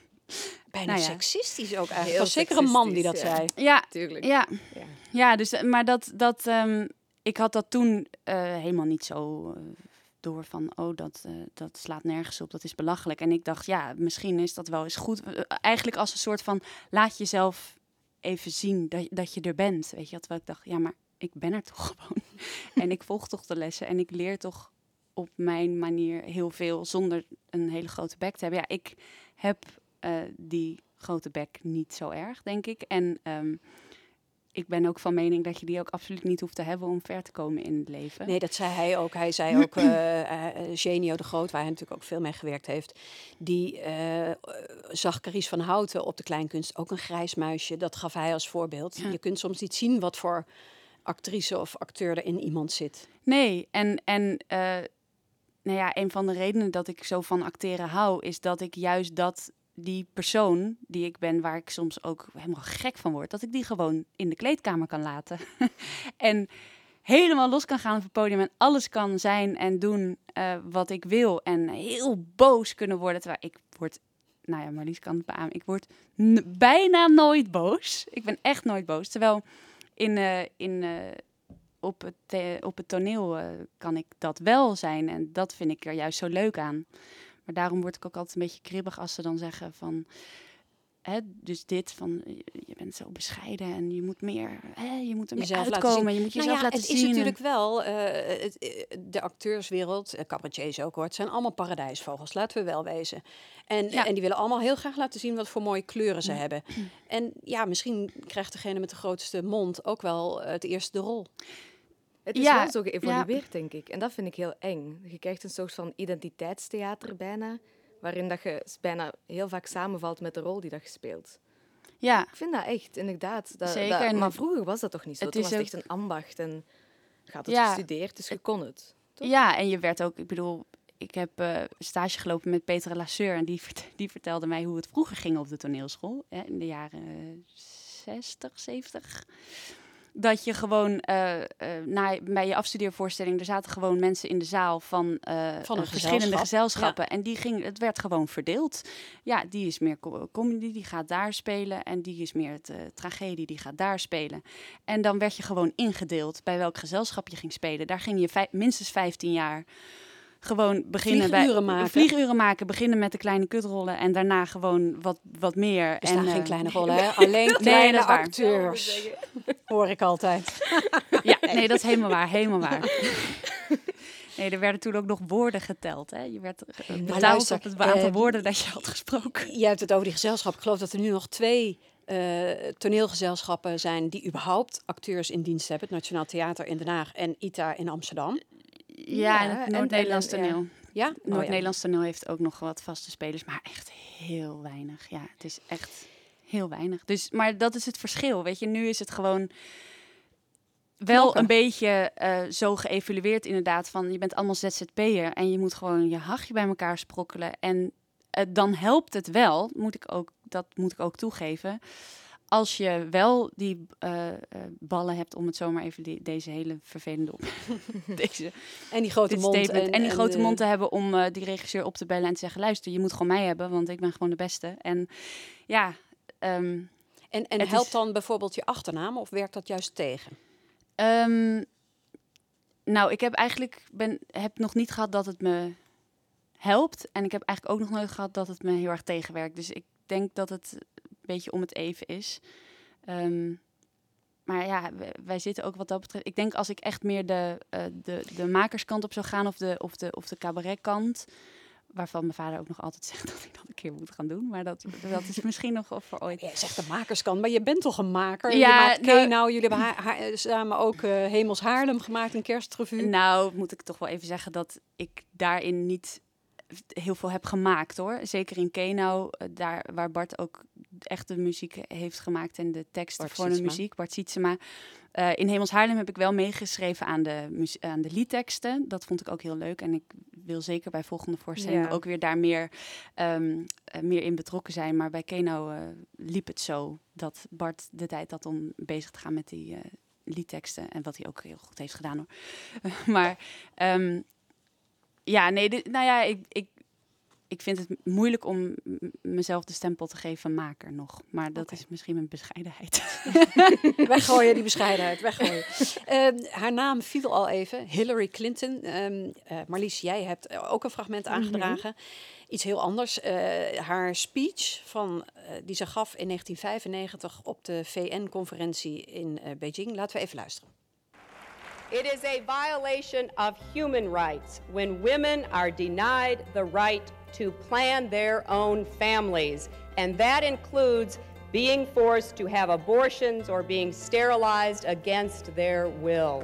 Bijna Nou ja. seksistisch ook eigenlijk. Heel Het was zeker een man die dat seksistisch, zei. Ja, Tuurlijk. ja. Ja. Ja, dus, maar dat, dat um, ik had dat toen uh, helemaal niet zo uh, door van, oh, dat, uh, dat slaat nergens op, dat is belachelijk. En ik dacht, ja, misschien is dat wel eens goed. Uh, eigenlijk als een soort van, laat jezelf even zien dat, dat je er bent. Weet je, terwijl ik dacht, ja, maar ik ben er toch gewoon. En ik volg toch de lessen en ik leer toch op mijn manier heel veel zonder een hele grote bek te hebben. Ja, ik heb uh, die grote bek niet zo erg, denk ik. En um, ik ben ook van mening dat je die ook absoluut niet hoeft te hebben om ver te komen in het leven. Nee, dat zei hij ook. Hij zei ook, uh, uh, Genio de Groot, waar hij natuurlijk ook veel mee gewerkt heeft, die uh, zag Carice van Houten op de kleinkunst, ook een grijs muisje. Dat gaf hij als voorbeeld. Ja. Je kunt soms niet zien wat voor actrice of acteur er in iemand zit. Nee, en, en uh, nou ja, een van de redenen dat ik zo van acteren hou, is dat ik juist dat die persoon die ik ben, waar ik soms ook helemaal gek van word, dat ik die gewoon in de kleedkamer kan laten. En helemaal los kan gaan op het podium en alles kan zijn en doen uh, wat ik wil. En heel boos kunnen worden, terwijl ik word, nou ja, Marlies kan het beamen, ik word n- bijna nooit boos. Ik ben echt nooit boos. Terwijl in, uh, in, uh, op, het, uh, op het toneel uh, kan ik dat wel zijn en dat vind ik er juist zo leuk aan. Maar daarom word ik ook altijd een beetje kribbig als ze dan zeggen van, hè, dus dit van, je bent zo bescheiden en je moet meer, hè, je moet er meer Jezelf uitkomen, je moet jezelf nou ja, laten het zien. Het is natuurlijk wel, uh, het, de acteurswereld, uh, cabaretiers ook hoor, het zijn allemaal paradijsvogels, laten we wel wezen. En, ja. en die willen allemaal heel graag laten zien wat voor mooie kleuren ze ja. hebben. En ja, misschien krijgt degene met de grootste mond ook wel uh, het eerste de rol. Het is ja, wel zo geëvolueerd, ja. denk ik. En dat vind ik heel eng. Je krijgt een soort van identiteitstheater bijna, waarin dat je bijna heel vaak samenvalt met de rol die dat je speelt. Ja. Ik vind dat echt, inderdaad. Dat, Zeker. Dat, maar vroeger was dat toch niet zo? Het Toen is was het ook... echt een ambacht en je had het ja. gestudeerd, dus je kon het. Toch? Ja, en je werd ook, ik bedoel, ik heb uh, stage gelopen met Petra Lasseur en die, vert- die vertelde mij hoe het vroeger ging op de toneelschool, hè, in de jaren zestig, zeventig. dat je gewoon uh, uh, na, bij je afstudeervoorstelling, er zaten gewoon mensen in de zaal van, uh, van een uh, verschillende gezelschap. gezelschappen. Ja. En die ging, het werd gewoon verdeeld. Ja, die is meer comedy, die gaat daar spelen. En die is meer het, uh, tragedie, die gaat daar spelen. En dan werd je gewoon ingedeeld bij welk gezelschap je ging spelen. Daar ging je vij- minstens vijftien jaar gewoon beginnen vlieguren bij maken. vlieguren maken, beginnen met de kleine kutrollen en daarna gewoon wat, wat meer. Er staan en, geen uh, kleine rollen, hè? Alleen kleine dat is waar. acteurs. Hoor ik altijd. Ja, nee, dat is helemaal waar, helemaal waar. Nee, er werden toen ook nog woorden geteld. Hè? Je werd betaald luister, op het aantal uh, woorden dat je had gesproken. Je hebt het over die gezelschap. Ik geloof dat er nu nog twee uh, toneelgezelschappen zijn die überhaupt acteurs in dienst hebben. Het Nationaal Theater in Den Haag en I T A in Amsterdam. Ja, Ja, en het en- Noord-Nederlands en- en- toneel. Ja? Noord-Nederlands toneel heeft ook nog wat vaste spelers, maar echt heel weinig. Ja, het is echt heel weinig. Dus, maar dat is het verschil, weet je. Nu is het gewoon wel Knokken. een beetje uh, zo geëvalueerd inderdaad van je bent allemaal Z Z P'er en je moet gewoon je hachje bij elkaar sprokkelen. En uh, dan helpt het wel, moet ik ook, dat moet ik ook toegeven, als je wel die uh, uh, ballen hebt, om het zomaar even die, deze hele vervelende op deze En die grote dit mond. statement, En, en die grote uh, mond te hebben om uh, die regisseur op te bellen en te zeggen, luister, je moet gewoon mij hebben, want ik ben gewoon de beste. En ja... Um, En, en helpt is... dan bijvoorbeeld je achternaam of werkt dat juist tegen? Um, nou, ik heb eigenlijk ben, heb nog niet gehad dat het me helpt. En ik heb eigenlijk ook nog nooit gehad dat het me heel erg tegenwerkt. Dus ik denk dat het een beetje om het even is. Um, maar ja, wij zitten ook wat dat betreft... Ik denk als ik echt meer de, uh, de, de makerskant op zou gaan of de, of de, of de cabaretkant... waarvan mijn vader ook nog altijd zegt dat ik dat een keer moet gaan doen. Maar dat, dat is misschien nog voor ooit. Ja, zegt de makerskant, maar je bent toch een maker? Ja, je maakt nou, Kenau, jullie hebben ha- ha- samen ook uh, Hemels Haarlem gemaakt, een kerstrevue. Nou, moet ik toch wel even zeggen dat ik daarin niet heel veel heb gemaakt, hoor. Zeker in Kenau, daar waar Bart ook echt de muziek heeft gemaakt en de teksten Bart voor Sietsema. de muziek, Bart Sietsema. Uh, in Hemels Haarlem heb ik wel meegeschreven aan de, muzie- aan de liedteksten. Dat vond ik ook heel leuk. En ik wil zeker bij volgende voorstellingen ja. ook weer daar meer, um, uh, meer in betrokken zijn. Maar bij Kenau uh, liep het zo dat Bart de tijd had om bezig te gaan met die uh, liedteksten. En wat hij ook heel goed heeft gedaan, hoor. Uh, maar um, ja, nee, dit, nou ja, ik... ik Ik vind het moeilijk om m- mezelf de stempel te geven maker nog. Maar dat okay. is misschien mijn bescheidenheid. Weggooien, die bescheidenheid. Weggooien. uh, haar naam viel al even. Hillary Clinton. Um, uh, Marlies, jij hebt ook een fragment aangedragen. Mm-hmm. Iets heel anders. Uh, haar speech van, uh, die ze gaf in negentien vijfennegentig op de V N-conferentie in uh, Beijing. Laten we even luisteren. It is a violation of human rights when women are denied the right to plan their own families. And that includes being forced to have abortions or being sterilized against their will.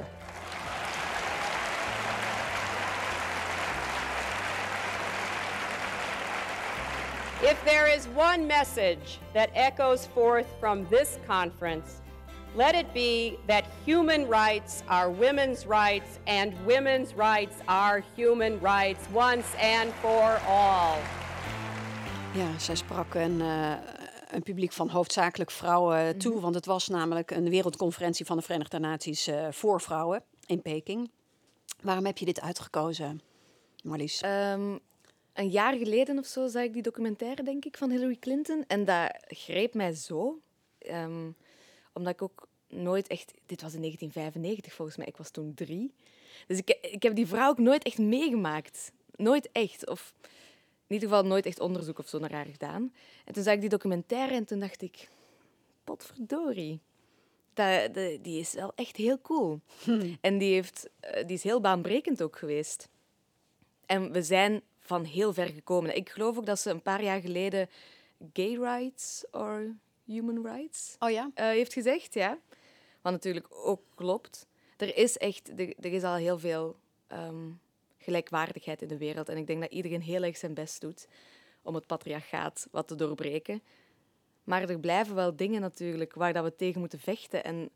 If there is one message that echoes forth from this conference, let it be that human rights are women's rights and women's rights are human rights once and for all. Ja, zij sprak een, uh, een publiek van hoofdzakelijk vrouwen toe, want het was namelijk een wereldconferentie van de Verenigde Naties uh, voor vrouwen in Peking. Waarom heb je dit uitgekozen, Marlies? Um, een jaar geleden of zo zag ik die documentaire, denk ik, van Hillary Clinton en dat greep mij zo. Um, Omdat ik ook nooit echt... Dit was in negentien vijfennegentig volgens mij. Ik was toen drie. Dus ik, ik heb die vrouw ook nooit echt meegemaakt. Nooit echt. Of in ieder geval nooit echt onderzoek of zo naar haar gedaan. En toen zag ik die documentaire en toen dacht ik... Potverdorie. Dat, dat, die is wel echt heel cool. Hmm. En die, heeft, die is heel baanbrekend ook geweest. En we zijn van heel ver gekomen. Ik geloof ook dat ze een paar jaar geleden gay rights or human rights oh ja? uh, heeft gezegd. Ja. Wat natuurlijk ook klopt. Er is echt er, er is al heel veel um, gelijkwaardigheid in de wereld. En ik denk dat iedereen heel erg zijn best doet om het patriarchaat wat te doorbreken. Maar er blijven wel dingen natuurlijk waar dat we tegen moeten vechten. En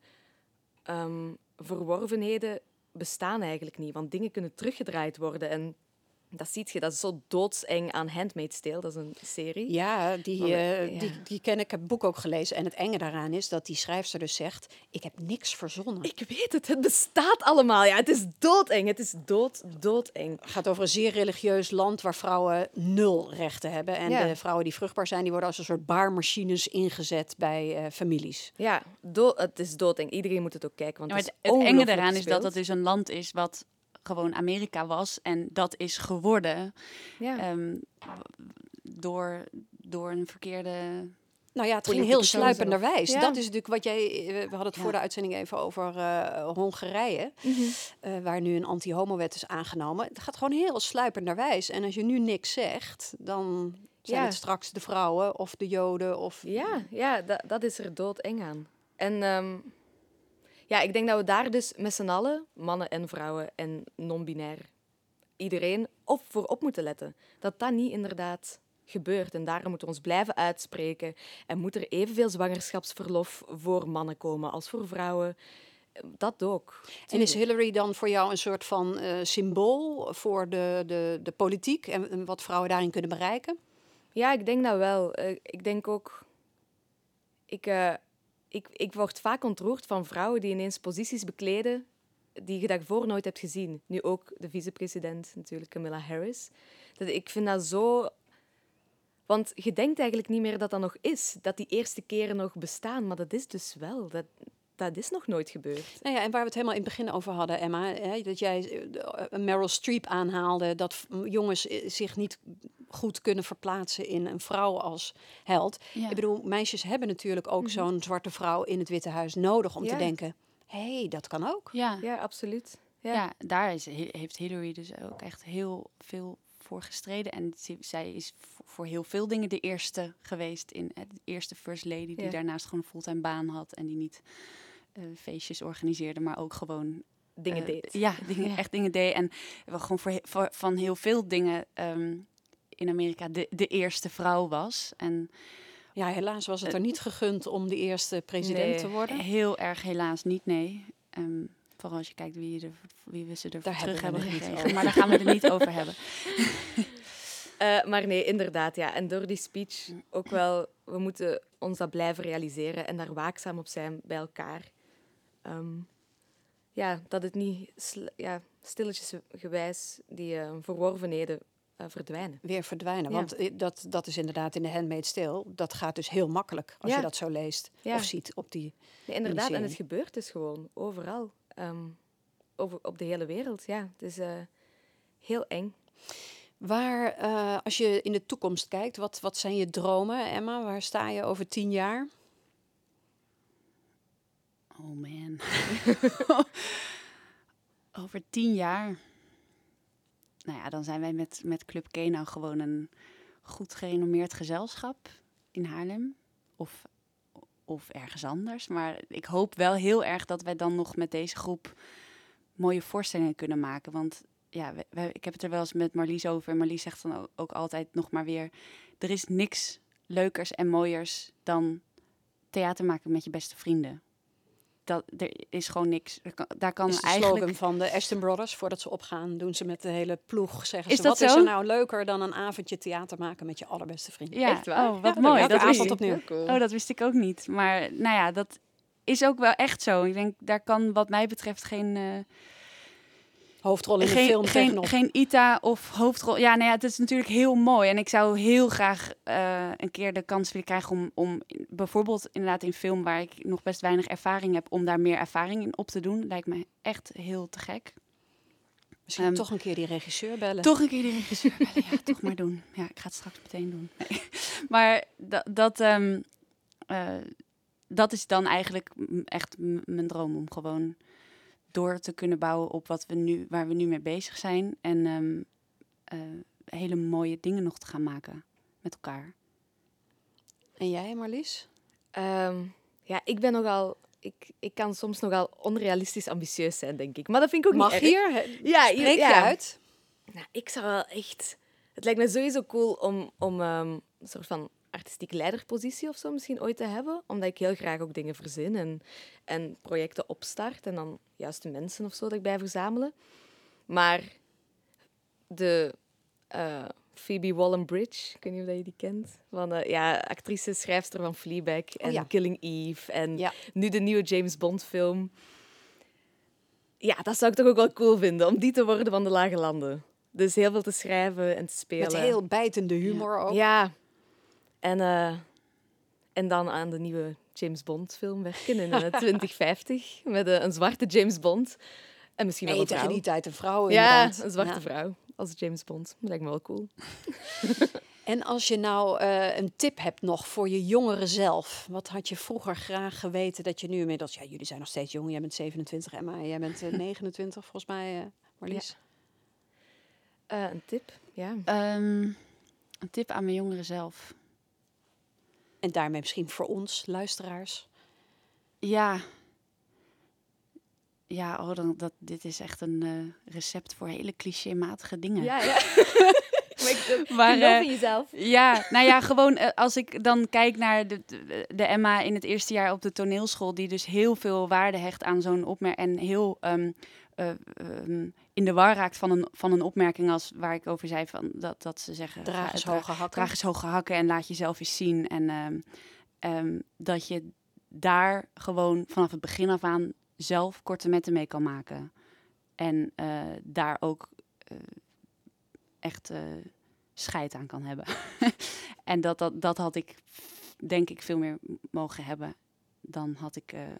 um, verworvenheden bestaan eigenlijk niet. Want dingen kunnen teruggedraaid worden. En Dat ziet je, dat is zo doodseng aan Handmaid's Tale. Dat is een serie. Ja, die, Maar, eh, ja. Die, die ken ik. Ik heb het boek ook gelezen. En het enge daaraan is dat die schrijfster dus zegt... ik heb niks verzonnen. Ik weet het, het bestaat allemaal. Ja, het is doodeng, het is dood, doodeng. Het gaat over een zeer religieus land waar vrouwen nul rechten hebben. En Ja. de vrouwen die vruchtbaar zijn, die worden als een soort baarmachines ingezet bij eh, families. Ja, do- het is doodeng. Iedereen moet het ook kijken, want Ja, maar het het, is het enge ongelooflijk daaraan is dat gespeeld. het dus een land is wat gewoon Amerika was. En dat is geworden Ja. ehm, door, door een verkeerde... Nou ja, het ging Politieke heel keuze sluipenderwijs. of- Ja. Dat is natuurlijk wat jij... eh, We hadden het Ja. voor de uitzending even over eh, Hongarije. Mhm. eh, waar nu een anti-homo-wet is aangenomen. Het gaat gewoon heel sluipenderwijs. En als je nu niks zegt, dan zijn Ja. het straks de vrouwen of de Joden. Of... Ja, ja dat, dat is er doodeng aan. En ehm, ja, ik denk dat we daar dus met z'n allen, mannen en vrouwen en non-binair, iedereen op voor op moeten letten. Dat dat niet inderdaad gebeurt. En daarom moeten we ons blijven uitspreken. En moet er evenveel zwangerschapsverlof voor mannen komen als voor vrouwen. Dat ook. En is Hillary dan voor jou een soort van eh, symbool voor de, de, de politiek en, en wat vrouwen daarin kunnen bereiken? Ja, ik denk dat wel. Eh, ik denk ook... Ik, eh, ik, ik word vaak ontroerd van vrouwen die ineens posities bekleden die je daarvoor nooit hebt gezien. Nu ook de vicepresident, natuurlijk, Kamala Harris. Dat, ik vind dat zo... Want je denkt eigenlijk niet meer dat dat nog is. Dat die eerste keren nog bestaan. Maar dat is dus wel. Dat, dat is nog nooit gebeurd. Nou ja, en waar we het helemaal in het begin over hadden, Emma, hè, dat jij eh, Meryl Streep aanhaalde, dat v- jongens eh, zich niet goed kunnen verplaatsen in een vrouw als held. Ja. Ik bedoel, meisjes hebben natuurlijk ook zo'n zwarte vrouw in het Witte Huis nodig om Ja. te denken, hé, hey, dat kan ook. Ja, Ja, absoluut. Ja. ja. daar is, he- heeft Hillary dus ook echt heel veel voor gestreden. En ze- zij is voor, voor heel veel dingen de eerste geweest. In, eh, de eerste first lady die Ja. daarnaast gewoon een fulltime baan had. En die niet eh, feestjes organiseerde, maar ook gewoon... Dingen eh, deed. Ja, dingen, Ja. echt dingen deed. En wel gewoon voor, he- voor, van heel veel dingen ehm, in Amerika de, de eerste vrouw was. En Ja, helaas was het er niet gegund om de eerste president Nee. te worden. heel erg helaas niet, nee. Ehm, vooral als je kijkt wie, er, wie we ze er Daar terug hebben hebben we het niet gekregen. over. Maar daar gaan we het niet over hebben. Eh, maar nee, inderdaad, ja. En door die speech ook wel, we moeten ons dat blijven realiseren en daar waakzaam op zijn bij elkaar. Ehm, ja, dat het niet sl- ja, stilletjes gewijs die eh, verworvenheden eh, verdwijnen. Weer verdwijnen. Ja. Want eh, dat, dat is inderdaad in de Handmaid's Tale. Dat gaat dus heel makkelijk als Ja. je dat zo leest Ja. of ziet op die... Nee, inderdaad, en serie. het gebeurt dus gewoon overal. Ehm, over, op de hele wereld, ja. Het is eh, heel eng. Waar, eh, als je in de toekomst kijkt, wat, wat zijn je dromen, Emma? Waar sta je over tien jaar? Oh man. Over tien jaar. Nou ja, dan zijn wij met, met Club Kenau gewoon een goed gerenommeerd gezelschap in Haarlem. Of, of ergens anders. Maar ik hoop wel heel erg dat wij dan nog met deze groep mooie voorstellingen kunnen maken. Want ja, we, we- ik heb het er wel eens met Marlies over. En Marlies zegt dan ook, ook altijd nog maar weer... Er is niks leukers en mooiers dan theater maken met je beste vrienden. Dat, er is gewoon niks. Er kan, daar kan Is de eigenlijk... slogan van de Aston Brothers. Voordat ze opgaan, doen ze met de hele ploeg. Zeggen Is ze, dat wat is zo? er nou leuker dan een avondje theater maken met je allerbeste vrienden? Ja, Echt waar? oh, wat Ja, mooi. elke Dat wist, avond ik, opnieuw. Heel cool. oh, dat wist ik ook niet. Maar nou ja, dat is ook wel echt zo. Ik denk, daar kan wat mij betreft geen... eh, Hoofdrol in een geen, film geen, tegenop. geen I T A of hoofdrol. Ja, nou ja, het is natuurlijk heel mooi. En ik zou heel graag eh, een keer de kans willen krijgen om, om bijvoorbeeld inderdaad in film waar ik nog best weinig ervaring heb, om daar meer ervaring in op te doen. Lijkt me echt heel te gek. Misschien ehm, toch een keer die regisseur bellen. Toch een keer de regisseur bellen. Ja, toch maar doen. Ja, ik ga het straks meteen doen. Nee. Maar dat, dat, ehm, eh, dat is dan eigenlijk m- echt m- mijn droom. Om gewoon door te kunnen bouwen op wat we nu, waar we nu mee bezig zijn. En ehm, eh, hele mooie dingen nog te gaan maken met elkaar. En jij, Marlies? Ehm, ja, ik ben nogal... Ik, ik kan soms nogal onrealistisch ambitieus zijn, denk ik. Maar dat vind ik ook Mag niet erg. hier? Hè? Ja, Spreek hier- je ja. uit? Nou, ik zou wel echt... Het lijkt me sowieso cool om, om ehm, een soort van artistieke leiderpositie of zo misschien ooit te hebben. Omdat ik heel graag ook dingen verzin en, en projecten opstart. En dan juist de mensen of zo dat ik bij verzamelen. Maar de, uh, Phoebe Waller-Bridge, ik weet niet of je die kent. Van, uh, ja, actrice, schrijfster van Fleabag en oh, ja. Killing Eve. En ja. nu de nieuwe James Bond film. Ja, dat zou ik toch ook wel cool vinden, om die te worden van de Lage Landen. Dus heel veel te schrijven en te spelen. Met heel bijtende humor ja. ook. Ja. En, uh, en dan aan de nieuwe James Bond film werken in uh, twintig vijftig. Met uh, een zwarte James Bond. En misschien wel een vrouw. Tegen die tijd een vrouw Ja, inderdaad. een zwarte ja. vrouw als James Bond. Dat lijkt me wel cool. En als je nou uh, een tip hebt nog voor je jongere zelf. Wat had je vroeger graag geweten dat je nu inmiddels... Ja, jullie zijn nog steeds jong. Jij bent zevenentwintig, Emma. Jij bent uh, negenentwintig, volgens mij, uh, Marlies. Ja. Uh, een tip, ja. Um, een tip aan mijn jongere zelf. En daarmee misschien voor ons, luisteraars. Ja. Ja, oh, dan, dat, dit is echt een uh, recept voor hele clichématige dingen. Ja, ja. Maar ik, maar, geloof uh, in jezelf. Ja, nou ja, gewoon uh, als ik dan kijk naar de, de, de Emma in het eerste jaar op de toneelschool, die dus heel veel waarde hecht aan zo'n opmerking en heel um, uh, um, in de war raakt van een, van een opmerking als waar ik over zei van dat, dat ze zeggen draag eens uh, hoge hakken. Draag eens hoge hakken en laat jezelf eens zien. En um, um, dat je daar gewoon vanaf het begin af aan zelf korte metten mee kan maken. En uh, daar ook uh, echt uh, scheid aan kan hebben. En dat, dat, dat had ik, denk ik, veel meer mogen hebben. Dan had ik uh,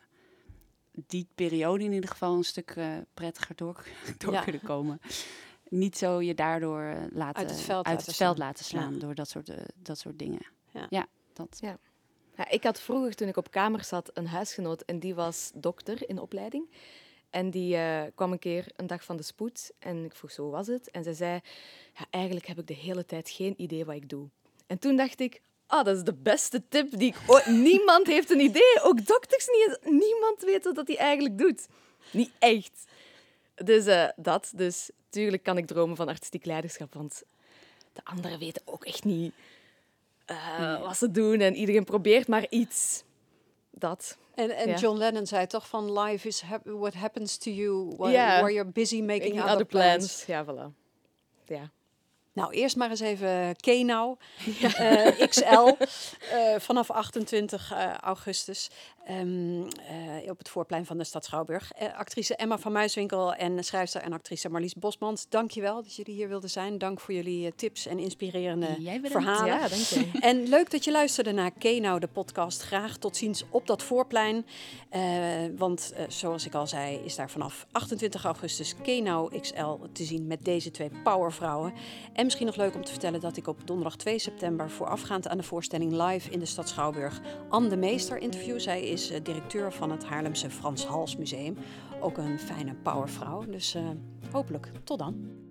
die periode in ieder geval een stuk uh, prettiger door, door ja. kunnen komen. Niet zo je daardoor uh, laten, uit het veld, uit laten, het slaan. veld laten slaan ja. door dat soort, uh, dat soort dingen. Ja, ja dat. Ja. Ja, ik had vroeger, toen ik op kamer zat, een huisgenoot en die was dokter in opleiding. En die uh, kwam een keer een dag van de spoed en ik vroeg, zo hoe was het? En zij zei, ja, eigenlijk heb ik de hele tijd geen idee wat ik doe. En toen dacht ik, ah, oh, dat is de beste tip die ik... Oh, niemand heeft een idee, ook dokters niet. Niemand weet wat hij eigenlijk doet. Niet echt. Dus uh, dat, dus tuurlijk kan ik dromen van artistiek leiderschap, want de anderen weten ook echt niet uh, nee. wat ze doen en iedereen probeert maar iets. Dat. En, en ja. John Lennon zei toch van life is hap- what happens to you while, yeah. while you're busy making, making other, other plans. plans. Ja, voilà. Ja. Nou, eerst maar eens even Kenau, ja. uh, X L, uh, vanaf achtentwintig augustus um, uh, op het voorplein van de stad Schouwburg. Uh, actrice Emma van Muiswinkel en schrijfster en actrice Marlies Bosmans. Dank je wel dat jullie hier wilden zijn. Dank voor jullie uh, tips en inspirerende verhalen. Ja, dank je. En leuk dat je luisterde naar Kenau, de podcast. Graag tot ziens op dat voorplein. Uh, want uh, zoals ik al zei, is daar vanaf achtentwintig augustus Kenau X L te zien met deze twee powervrouwen. En misschien nog leuk om te vertellen dat ik op donderdag twee september... voorafgaand aan de voorstelling live in de stad Schouwburg... Anne de Meester interview. Zij is uh, directeur van het Haarlemse Frans Hals Museum. Ook een fijne powervrouw. Dus uh, hopelijk tot dan.